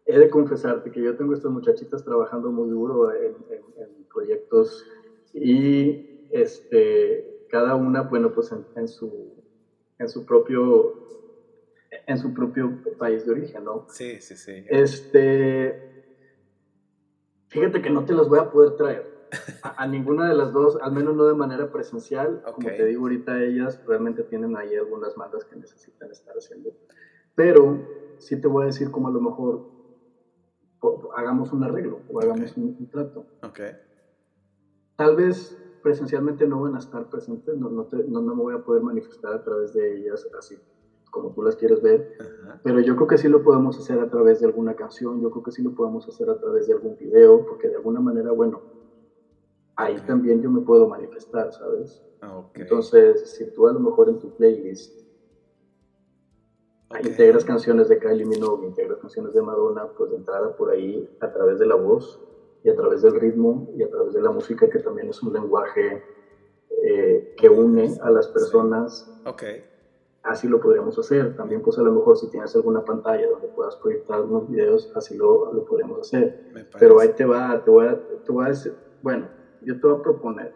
he de confesarte que yo tengo estas muchachitas trabajando muy duro en, en, en proyectos y este, cada una, bueno, pues en, en, su, en su propio en su propio país de origen, ¿no? Sí, sí, sí. Este, fíjate que no te las voy a poder traer a, a ninguna de las dos, al menos no de manera presencial. Okay. Como te digo ahorita, ellas realmente tienen ahí algunas mandas que necesitan estar haciendo. Pero sí te voy a decir como a lo mejor o, hagamos un arreglo o hagamos okay. un, un trato. Okay. Tal vez presencialmente no van a estar presentes, no, no, te, no, no me voy a poder manifestar a través de ellas así como tú las quieres ver, uh-huh. pero yo creo que sí lo podemos hacer a través de alguna canción, yo creo que sí lo podemos hacer a través de algún video, porque de alguna manera, bueno, ahí okay. también yo me puedo manifestar, ¿sabes? Okay. Entonces, si tú a lo mejor en tu playlist okay. integras canciones de Kylie Minogue, integras canciones de Madonna, pues de entrada por ahí, a través de la voz, y a través del ritmo, y a través de la música, que también es un lenguaje eh, que une a las personas. Sí. Okay. Así lo podríamos hacer. También, pues a lo mejor si tienes alguna pantalla donde puedas proyectar algunos videos, así lo, lo podríamos hacer. Pero ahí te va, te voy, a, te voy a decir, bueno, yo te voy a proponer,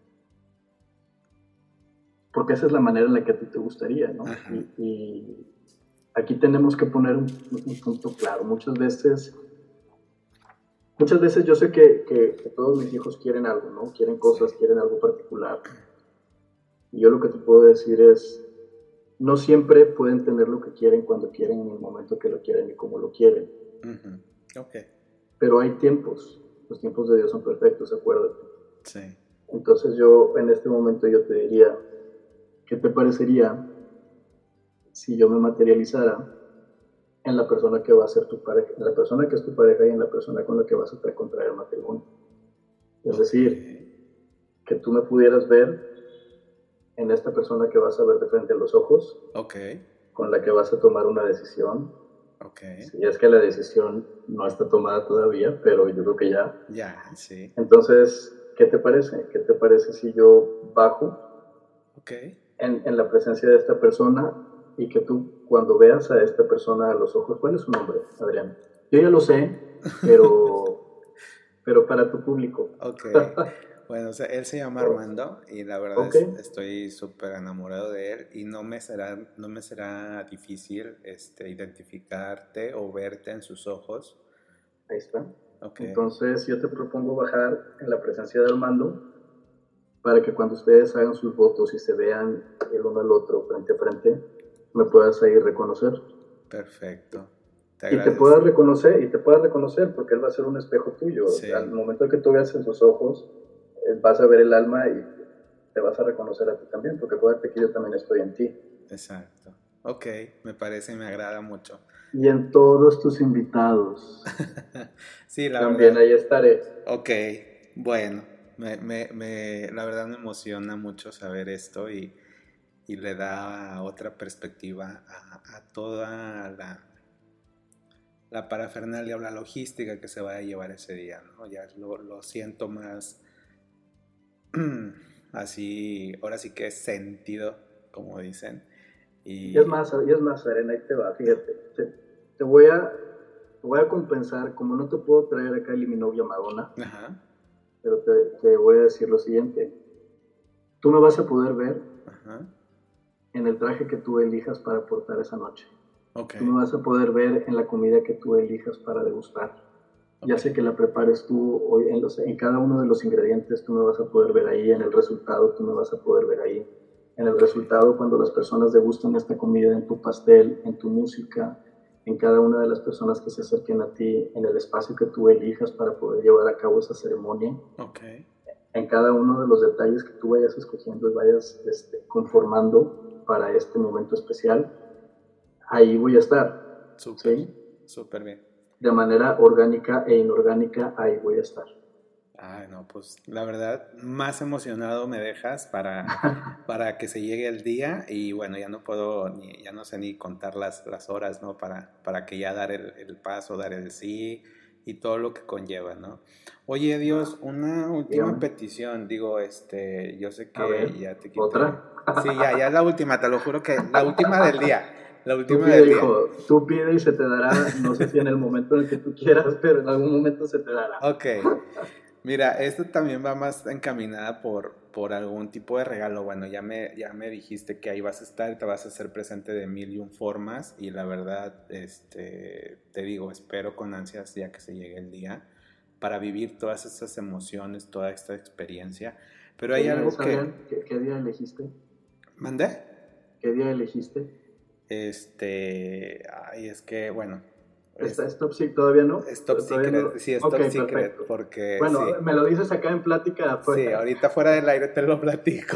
porque esa es la manera en la que a ti te gustaría, ¿no? Y, y aquí tenemos que poner un, un punto claro. Muchas veces, muchas veces yo sé que, que, que todos mis hijos quieren algo, ¿no? Quieren cosas, sí. quieren algo particular. Y yo lo que te puedo decir es, no siempre pueden tener lo que quieren cuando quieren, en el momento que lo quieren y como lo quieren. Uh-huh. Okay. Pero hay tiempos. Los tiempos de Dios son perfectos, acuérdate. Sí. Entonces yo, en este momento, yo te diría, ¿qué te parecería si yo me materializara en la persona que va a ser tu pareja, en la persona que es tu pareja y en la persona con la que vas a contraer matrimonio? Es okay. decir, que tú me pudieras ver en esta persona que vas a ver de frente a los ojos, okay. con la que vas a tomar una decisión. Okay. Si es que la decisión no está tomada todavía, pero yo creo que ya. Ya, sí. Entonces, ¿qué te parece? ¿Qué te parece si yo bajo okay. en, en la presencia de esta persona y que tú, cuando veas a esta persona a los ojos, ¿cuál es su nombre, Adrián? Yo ya lo sé, pero, pero para tu público. Okay. Bueno, o sea, él se llama Armando y la verdad okay. es, estoy súper enamorado de él y no me será, no me será difícil este, identificarte o verte en sus ojos. Ahí está. Okay. Entonces yo te propongo bajar en la presencia de Armando para que cuando ustedes hagan sus votos y se vean el uno al otro frente a frente, me puedas ahí reconocer. Perfecto. Te y te puedas reconocer, y te puedas reconocer porque él va a ser un espejo tuyo. Sí. Al momento que tú veas en sus ojos, vas a ver el alma y te vas a reconocer a ti también, porque acuérdate que yo también estoy en ti. Exacto. Ok, me parece y me agrada mucho. Y en todos tus invitados. Sí, la también verdad. ahí estaré. Ok, bueno, me, me, me, la verdad me emociona mucho saber esto y, y le da otra perspectiva a, a toda la, la parafernalia o la logística que se va a llevar ese día, ¿no? Ya lo, lo siento más... así, ahora sí que es sentido, como dicen. Y, y es más, y es más, Arena, ahí te va, fíjate. Te, te, voy a, te voy a compensar, como no te puedo traer acá a mi novia Madonna, ajá. pero te, te voy a decir lo siguiente. Tú me vas a poder ver ajá. en el traje que tú elijas para portar esa noche. Okay. Tú me vas a poder ver en la comida que tú elijas para degustar. Okay. Ya sé que la prepares tú, o en, los, en cada uno de los ingredientes tú me vas a poder ver ahí, en el resultado tú me vas a poder ver ahí, en el resultado cuando las personas degustan esta comida, en tu pastel, en tu música, en cada una de las personas que se acerquen a ti, en el espacio que tú elijas para poder llevar a cabo esa ceremonia, okay. En cada uno de los detalles que tú vayas escogiendo y vayas este, conformando para este momento especial, ahí voy a estar. Súper, ¿sí? súper bien. De manera orgánica e inorgánica, ahí voy a estar. Ay, no, pues la verdad, más emocionado me dejas para, para que se llegue el día y bueno, ya no puedo, ni, ya no sé ni contar las, las horas, ¿no? Para, para que ya dar el, el paso, dar el sí y todo lo que conlleva, ¿no? Oye, Dios, una última Dígame. petición, digo, este, yo sé que ver, ya te quité. ¿otra? Sí, ya, ya es la última, te lo juro que la última del día. La Tú última pide, del día. hijo, tú pide y se te dará, no sé si en el momento en el que tú quieras, pero en algún momento se te dará. Ok. Mira, esto también va más encaminada por, por algún tipo de regalo. Bueno, ya me, ya me dijiste que ahí vas a estar, te vas a hacer presente de mil y un formas y la verdad, este, te digo, espero con ansias ya que se llegue el día para vivir todas estas emociones, toda esta experiencia. Pero ¿Qué hay día algo es, Adrián? que... ¿Qué, qué día elegiste? ¿Mandé? ¿Qué día elegiste? Este, ay, es que, bueno, ¿Está es, Stop Sick todavía no? es top Todavía no. secret, sí, es Ok, top secret, perfecto. porque Bueno, sí, me lo dices acá en plática sí, afuera. ahorita fuera del aire te lo platico.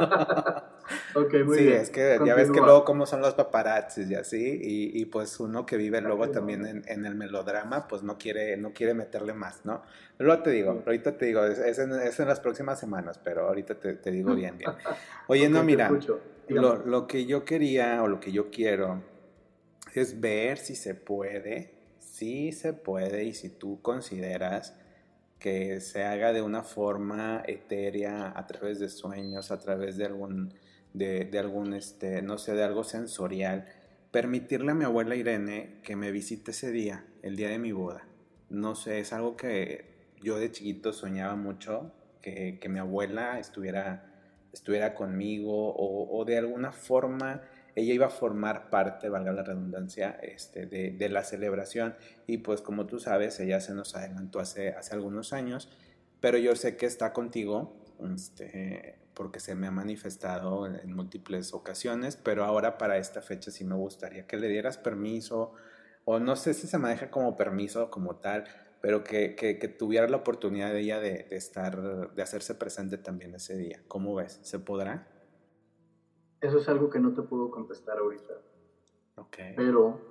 Ok, muy Sí, es bien. que ya ves que luego Continúa. cómo son los paparazzis y así, y, y pues uno que vive Ok, luego no, también no. en, en el melodrama, pues no quiere, no quiere meterle más, ¿no? Luego te digo, Sí. ahorita te digo, es, es en, es en las próximas semanas, pero ahorita te, te digo bien, bien. Oye, Ok, no, te mira, escucho. lo, Dígame. lo que yo quería o lo que yo quiero es ver si se puede, si se puede y si tú consideras que se haga de una forma etérea a través de sueños, a través de algún, de, de algún, este, no sé, de algo sensorial, permitirle a mi abuela Irene que me visite ese día, el día de mi boda. No sé, es algo que yo de chiquito soñaba mucho, que, que mi abuela estuviera, estuviera conmigo o, o de alguna forma ella iba a formar parte, valga la redundancia, este, de, de la celebración y pues como tú sabes, ella se nos adelantó hace, hace algunos años, pero yo sé que está contigo, este, porque se me ha manifestado en, en múltiples ocasiones, pero ahora para esta fecha sí me gustaría que le dieras permiso, o no sé si se maneja como permiso como tal, pero que, que, que tuviera la oportunidad de ella de, de estar, de hacerse presente también ese día. ¿Cómo ves? ¿Se podrá? Eso es algo que no te puedo contestar ahorita, Ok. pero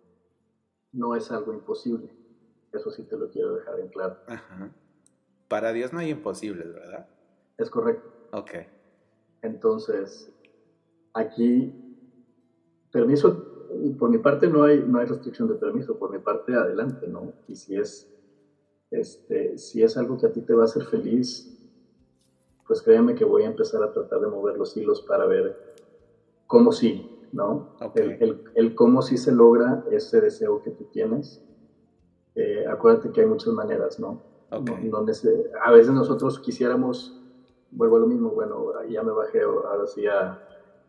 no es algo imposible. Eso sí te lo quiero dejar en claro. Ajá. Para Dios no hay imposibles, ¿verdad? Es correcto. Ok. Entonces, aquí, permiso, por mi parte no hay, no hay restricción de permiso, por mi parte adelante, ¿no? Y si es, este, si es algo que a ti te va a hacer feliz, pues créeme que voy a empezar a tratar de mover los hilos para ver cómo sí, ¿no? Ok. El, el, el cómo sí se logra ese deseo que tú tienes. Eh, acuérdate que hay muchas maneras, ¿no? Ok. No, no a veces nosotros quisiéramos, vuelvo a lo mismo, bueno, ya me bajé ahora sí a,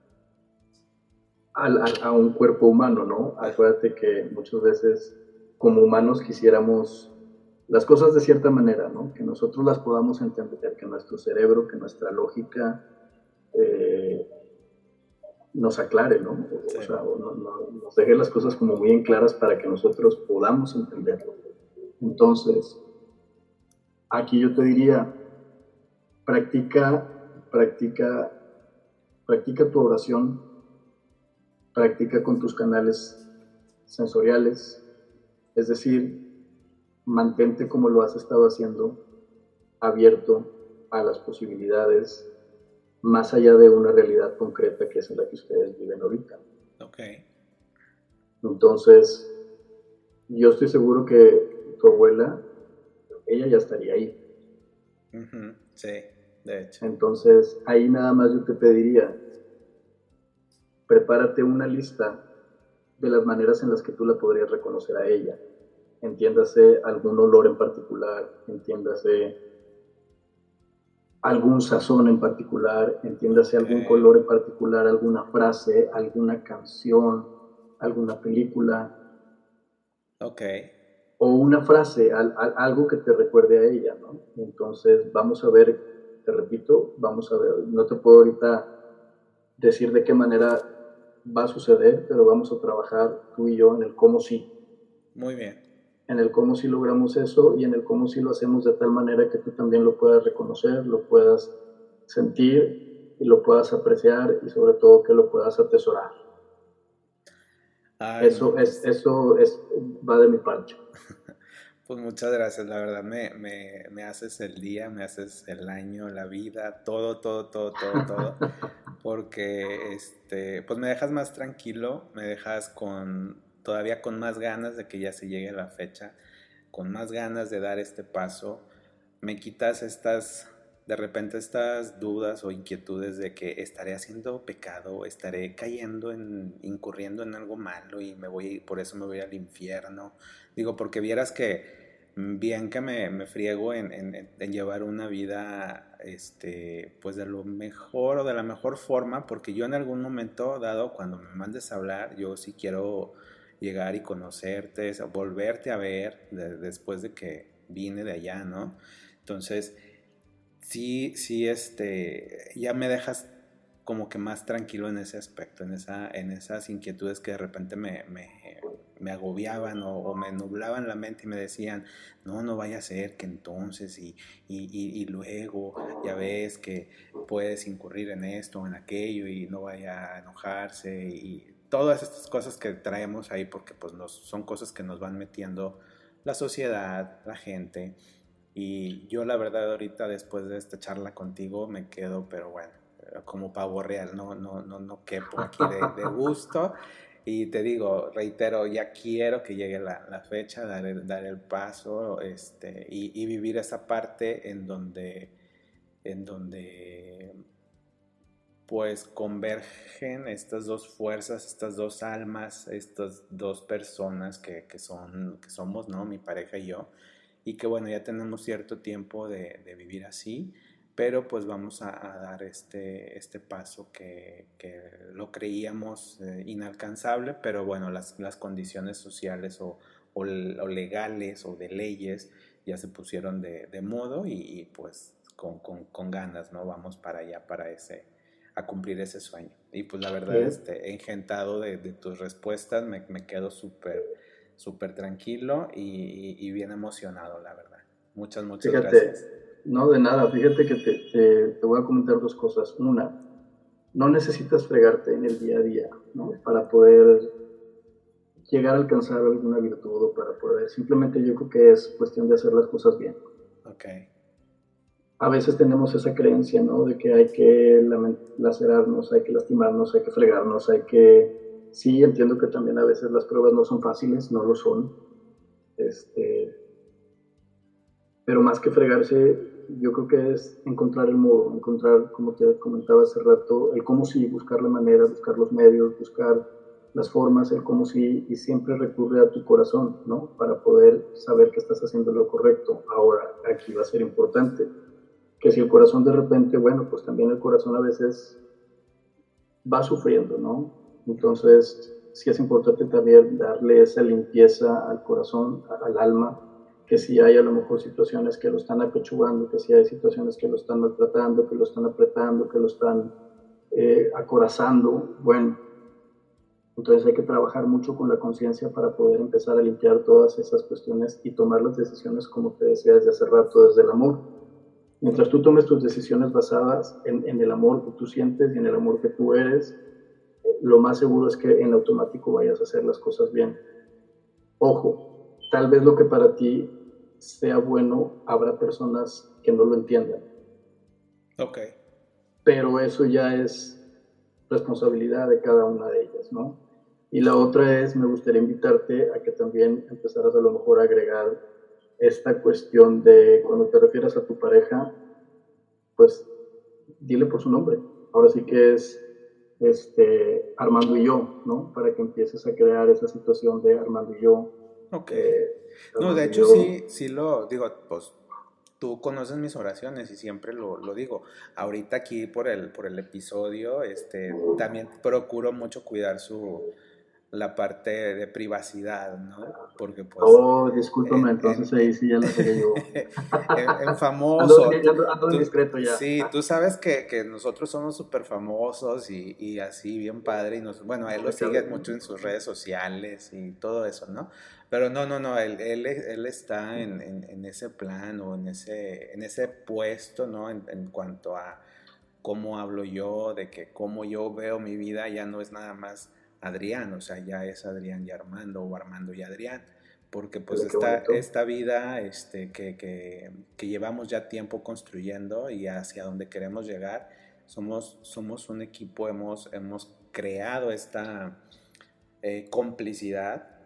a, a un cuerpo humano, ¿no? Ah, Acuérdate que muchas veces como humanos quisiéramos las cosas de cierta manera, ¿no? Que nosotros las podamos entender, que nuestro cerebro, que nuestra lógica eh, nos aclare, ¿no? O, sí. o sea, o no, no, nos deje las cosas como muy en claras para que nosotros podamos entenderlo. Entonces, aquí yo te diría, practica, practica, practica tu oración, practica con tus canales sensoriales, es decir, mantente como lo has estado haciendo, abierto a las posibilidades más allá de una realidad concreta que es en la que ustedes viven ahorita. Ok. Entonces, yo estoy seguro que tu abuela, ella ya estaría ahí. Uh-huh. Sí, de hecho. Entonces, ahí nada más yo te pediría, prepárate una lista de las maneras en las que tú la podrías reconocer a ella. Entiéndase algún olor en particular, entiéndase algún sazón en particular, entiéndase Ok. algún color en particular, alguna frase, alguna canción, alguna película, Ok. o una frase, al, al, algo que te recuerde a ella, ¿no? Entonces vamos a ver, te repito, vamos a ver, no te puedo ahorita decir de qué manera va a suceder, pero vamos a trabajar tú y yo en el cómo sí, Muy bien. en el cómo sí logramos eso y en el cómo sí lo hacemos de tal manera que tú también lo puedas reconocer, lo puedas sentir y lo puedas apreciar y sobre todo que lo puedas atesorar. Ay, Eso no, es, pues, eso es, va de mi parte. pues muchas gracias. La verdad me, me, me haces el día, me haces el año, la vida, todo, todo, todo, todo, todo. Porque, este, pues me dejas más tranquilo, me dejas con, todavía con más ganas de que ya se llegue la fecha, con más ganas de dar este paso. Me quitas estas de repente estas dudas o inquietudes de que estaré haciendo pecado, estaré cayendo en, incurriendo en algo malo y me voy, por eso me voy al infierno. Digo, porque vieras que bien que me, me friego en, en, en llevar una vida, este, pues de lo mejor o de la mejor forma, porque yo en algún momento dado, cuando me mandes a hablar, yo sí quiero llegar y conocerte, volverte a ver de, después de que vine de allá, ¿no? Entonces, sí, sí, este, ya me dejas como que más tranquilo en ese aspecto, en, esa, en esas inquietudes que de repente me, me, me agobiaban o, o me nublaban la mente y me decían, no, no vaya a ser que entonces y, y, y, y luego ya ves que puedes incurrir en esto o en aquello y no vaya a enojarse y todas estas cosas que traemos ahí porque pues nos, son cosas que nos van metiendo la sociedad, la gente. Y yo la verdad ahorita después de esta charla contigo me quedo, pero bueno, como pavo real, no, no, no, no quepo aquí de, de gusto. Y te digo, reitero, ya quiero que llegue la, la fecha, dar el, dar el paso este, y, y vivir esa parte en donde, en donde pues convergen estas dos fuerzas, estas dos almas, estas dos personas que, que, son, que somos, ¿no? Mi pareja y yo, y que bueno, ya tenemos cierto tiempo de, de vivir así, pero pues vamos a, a dar este, este paso que, que lo creíamos eh, inalcanzable, pero bueno, las, las condiciones sociales o, o, o legales o de leyes ya se pusieron de, de modo y, y pues con, con, con ganas, ¿no? Vamos para allá, para ese a cumplir ese sueño. Y pues la verdad, este, engentado de, de tus respuestas, me, me quedo súper, súper tranquilo y, y, bien emocionado, la verdad. Muchas, muchas fíjate, gracias. No, de nada, fíjate que te, te, te voy a comentar dos cosas. Una, no necesitas fregarte en el día a día, ¿no? Para poder llegar a alcanzar alguna virtud o para poder, simplemente yo creo que es cuestión de hacer las cosas bien. Ok. A veces tenemos esa creencia, ¿no? De que hay que lacerarnos, hay que lastimarnos, hay que fregarnos, hay que... Sí, entiendo que también a veces las pruebas no son fáciles, no lo son. Este... Pero más que fregarse, yo creo que es encontrar el modo, encontrar, como te comentaba hace rato, el cómo sí, buscar la manera, buscar los medios, buscar las formas, el cómo sí, y siempre recurre a tu corazón, ¿no? Para poder saber que estás haciendo lo correcto. Ahora, aquí va a ser importante que si el corazón de repente, bueno, pues también el corazón a veces va sufriendo, ¿no? Entonces, sí es importante también darle esa limpieza al corazón, al alma, que si hay a lo mejor situaciones que lo están apechugando, que si hay situaciones que lo están maltratando, que lo están apretando, que lo están eh, acorazando, bueno, entonces hay que trabajar mucho con la conciencia para poder empezar a limpiar todas esas cuestiones y tomar las decisiones, como te decía desde hace rato, desde el amor. Mientras tú tomes tus decisiones basadas en, en el amor que tú sientes y en el amor que tú eres, lo más seguro es que en automático vayas a hacer las cosas bien. Ojo, tal vez lo que para ti sea bueno, habrá personas que no lo entiendan. Ok. Pero eso ya es responsabilidad de cada una de ellas, ¿no? Y la otra es, me gustaría invitarte a que también empezaras a lo mejor a agregar esta cuestión de cuando te refieras a tu pareja, pues dile por su nombre. Ahora sí que es este, Armando y yo, ¿no? Para que empieces a crear esa situación de Armando y yo. Ok. Eh, no, de hecho sí, sí lo digo, pues tú conoces mis oraciones y siempre lo, lo digo. Ahorita aquí por el, por el episodio, este, también procuro mucho cuidar su la parte de privacidad, ¿no? Porque pues... Oh, discúlpame, En, entonces en, ahí sí ya la pegué yo. en, en ando, famoso. ando, ando Tú, indiscreto ya. sí, tú sabes que, que nosotros somos súper famosos y, y así bien padre. Y nos, bueno, a él lo sigue mucho en sus redes sociales y todo eso, ¿no? Pero no, no, no, él, él, él está en, en, en ese plan o en ese, en ese puesto, ¿no? En, en cuanto a cómo hablo yo, de que cómo yo veo mi vida ya no es nada más Adrián, o sea, ya es Adrián y Armando o Armando y Adrián, porque pues esta, esta vida este, que, que, que llevamos ya tiempo construyendo y hacia donde queremos llegar, somos, somos un equipo, hemos, hemos creado esta eh, complicidad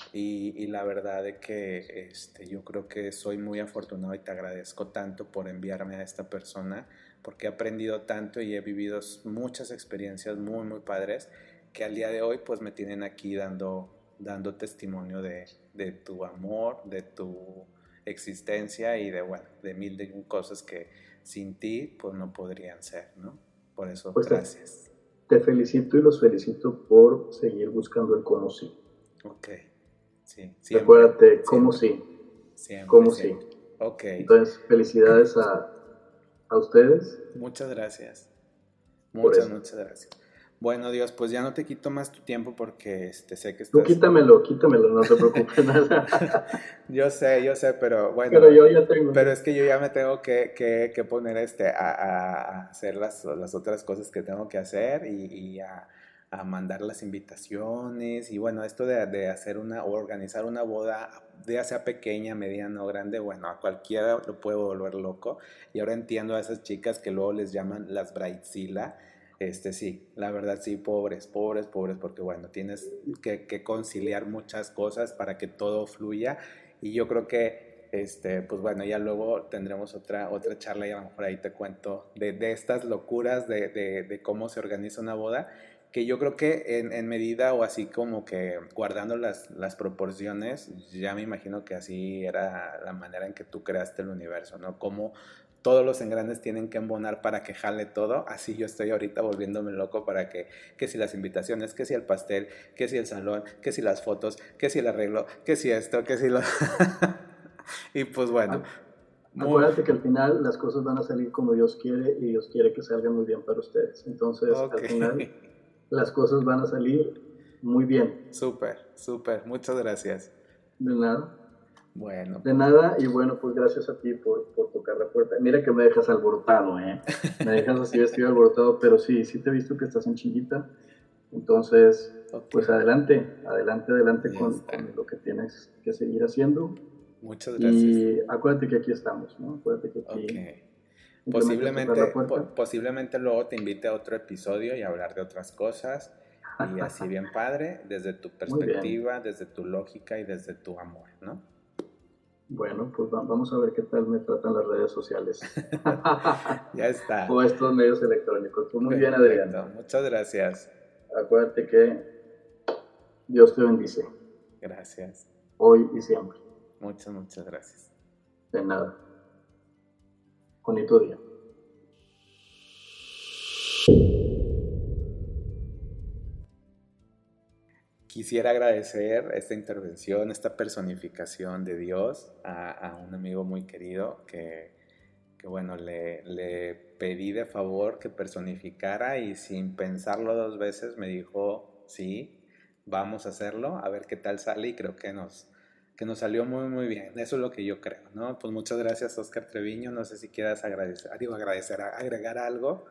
Y, y la verdad es que este, yo creo que soy muy afortunado y te agradezco tanto por enviarme a esta persona, porque he aprendido tanto y he vivido muchas experiencias muy, muy padres que al día de hoy pues me tienen aquí dando, dando testimonio de, de tu amor, de tu existencia y de, bueno, de mil de cosas que sin ti pues no podrían ser, ¿no? Por eso, Pues te, gracias. te felicito y los felicito por seguir buscando el cómo sí. Ok, sí, siempre, Recuérdate, cómo siempre, sí, siempre, cómo sí. siempre. Ok, Entonces, felicidades a, a ustedes muchas gracias. por Muchas, eso. muchas gracias. Bueno, Dios, pues ya no te quito más tu tiempo porque este, sé que Tú estás... quítamelo, quítamelo, no te preocupes nada. Yo sé, yo sé, pero Pero bueno, yo ya tengo. pero es que yo ya me tengo que, que, que poner este, a, a- a hacer las, las otras cosas que tengo que hacer y, y a, a mandar las invitaciones y bueno, esto de, de hacer una o organizar una boda, ya sea pequeña, mediana o grande, bueno, a cualquiera lo puede volver loco y ahora entiendo a esas chicas que luego les llaman las bridezilla. Este sí, la verdad sí, pobres, pobres, pobres, porque bueno, tienes que, que conciliar muchas cosas para que todo fluya y yo creo que, este, pues bueno, ya luego tendremos otra, otra charla y a lo mejor ahí te cuento de, de estas locuras de, de, de cómo se organiza una boda, que yo creo que en, en medida o así como que guardando las, las proporciones, ya me imagino que así era la manera en que tú creaste el universo, ¿no? Como todos los engranes tienen que embonar para que jale todo, así yo estoy ahorita volviéndome loco para que, que si las invitaciones, que si el pastel, que si el salón, que si las fotos, que si el arreglo, que si esto, que si lo... y pues bueno, muy... Acuérdate que al final las cosas van a salir como Dios quiere y Dios quiere que salgan muy bien para ustedes. Entonces, Ok, al final, las cosas van a salir muy bien. súper, súper, muchas gracias. De nada. Bueno, De pues nada, y bueno, pues gracias a ti por, por tocar la puerta. Mira que me dejas alborotado, ¿eh? Me dejas así vestido alborotado, pero sí, sí te he visto que estás en chinguita. Entonces, ok, pues adelante, adelante, adelante ya con, está. con lo que tienes que seguir haciendo. Muchas gracias. Y acuérdate que aquí estamos, ¿no? Acuérdate que Ok. aquí simplemente es tocar la Posiblemente, puerta. po- posiblemente luego te invite a otro episodio y hablar de otras cosas y así bien padre, desde tu Muy bien. perspectiva, desde tu lógica y desde tu amor, ¿no? Bueno, pues va- vamos a ver qué tal me tratan las redes sociales. Ya está. O estos medios electrónicos. Pues muy bien, Adrián. Perfecto. Muchas gracias. Acuérdate que Dios te bendice, Gracias. hoy y siempre. Muchas, muchas gracias. De nada. Bonito día. Quisiera agradecer esta intervención, esta personificación de Dios a, a un amigo muy querido que, que bueno, le, le pedí de favor que personificara y sin pensarlo dos veces me dijo, sí, vamos a hacerlo, a ver qué tal sale y creo que nos, que nos salió muy, muy bien. Eso es lo que yo creo, ¿no? Pues muchas gracias, Oscar Treviño. No sé si quieras agradecer, digo agradecer, agregar algo.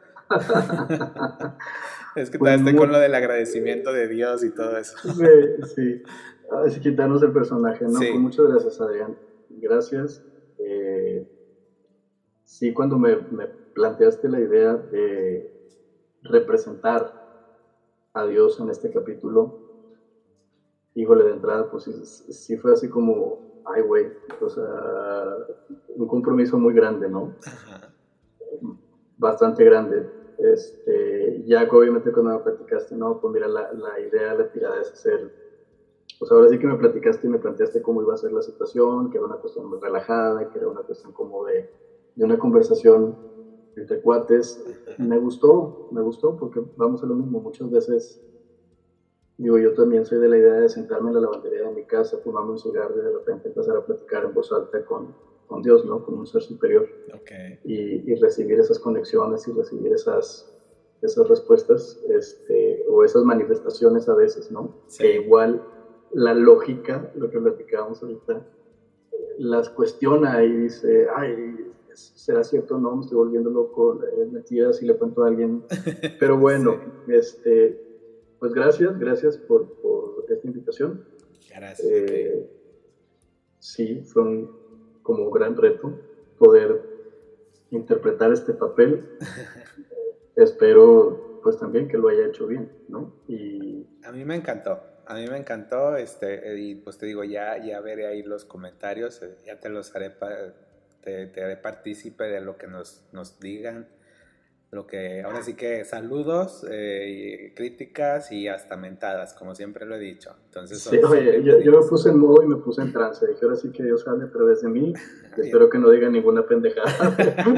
Es que Pues todavía estoy con muy, lo del agradecimiento de Dios y todo eso. sí, sí. Así quitarnos el personaje, ¿no? Pues Sí, muchas gracias, Adrián. Gracias. Eh, sí, cuando me, me planteaste la idea de representar a Dios en este capítulo, híjole, de entrada, pues sí, sí fue así como, ay, güey, o sea, un compromiso muy grande, ¿no? ajá, Bastante grande. Este, ya obviamente cuando me platicaste, no, pues mira, la, la idea, la tirada es hacer, pues ahora sí que me platicaste y me planteaste cómo iba a ser la situación, que era una cuestión muy relajada, que era una cuestión como de, de una conversación entre cuates. ajá. Me gustó, me gustó, porque vamos a lo mismo, muchas veces, digo, yo también soy de la idea de sentarme en la lavandería de mi casa, fumarme un cigarro y de repente empezar a platicar en voz alta con, con Dios, ¿no? Con un ser superior. Ok, Y, y recibir esas conexiones y recibir esas, esas respuestas este, o esas manifestaciones a veces, ¿no? Que sí, igual la lógica, lo que platicábamos ahorita, las cuestiona y dice, ay, ¿será cierto? No, me estoy volviendo loco, eh, mentiras si le cuento a alguien. Pero sí, bueno, este, pues gracias, gracias por, por esta invitación. gracias a ti. Eh, sí, fue un como un gran reto poder interpretar este papel. Espero pues también que lo haya hecho bien, ¿no? Y a mí me encantó, a mí me encantó, este, y pues te digo, ya, ya veré ahí los comentarios, ya te los haré, pa, te, te haré partícipe de lo que nos, nos digan, lo que, ahora sí que saludos, eh, y críticas y hasta mentadas, como siempre lo he dicho. Entonces sí, oye, yo, yo me puse en modo y me puse en trance, dije ahora sí que Dios hable a través de mí, y espero que no diga ninguna pendejada.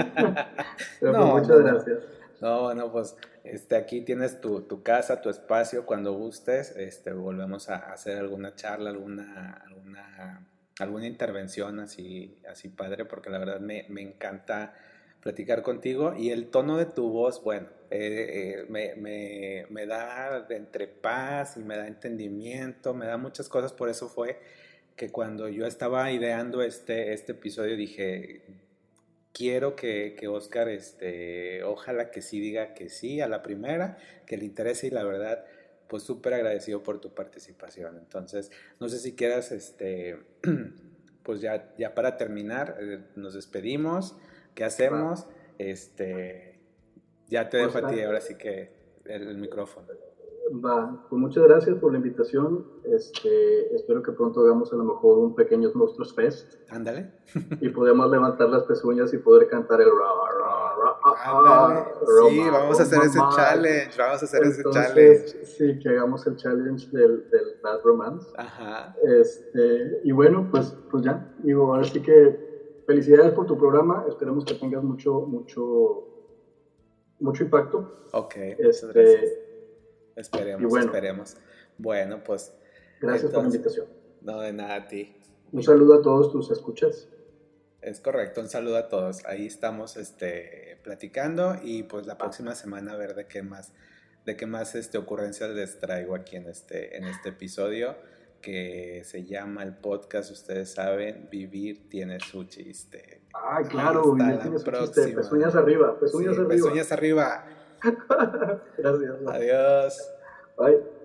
Pero no, pues muchas no, gracias. No, bueno, pues este, aquí tienes tu, tu casa, tu espacio, cuando gustes, este, volvemos a hacer alguna charla, alguna, alguna, alguna intervención así, así padre, porque la verdad me, me encanta platicar contigo y el tono de tu voz, bueno, eh, eh, me, me, me da de entre paz y me da entendimiento, me da muchas cosas, por eso fue que cuando yo estaba ideando este, este episodio dije, quiero que, que Oscar, este, ojalá que sí diga que sí a la primera, que le interese y la verdad, pues súper agradecido por tu participación. Entonces, no sé si quieras, este, pues ya, ya para terminar, eh, nos despedimos, ¿qué hacemos? Este, ya te dejo a ti, ahora sí que el, el micrófono. Va, pues muchas gracias por la invitación. Este, espero que pronto hagamos a lo mejor un pequeño Monstruos Fest. Ándale. Y podemos levantar las pezuñas y poder cantar el ra, ra, ra, Ándale. ah, Sí, Roma, vamos a hacer Roma, ese Roma. challenge. Vamos a hacer Entonces, ese challenge. Sí, que hagamos el challenge del, del Bad Romance. Ajá. Este, y bueno, pues, pues ya. Digo, ahora sí que felicidades por tu programa. Esperemos que tengas mucho, mucho, mucho impacto. Ok, este, muchas gracias. Esperemos, bueno, esperemos. Bueno, pues. Gracias entonces, por la invitación. No, de nada a ti. Un saludo a todos tus escuchas. Es correcto, un saludo a todos. Ahí estamos este, platicando y pues la próxima semana a ver de qué más, de qué más este, ocurrencias les traigo aquí en este, en este episodio que se llama el podcast, ustedes saben, Vivir tiene su chiste. Ay, claro, Vivir tiene su chiste. Pezuñas arriba, pezuñas sí, arriba. Pezuñas arriba. Gracias. Adiós. Bye.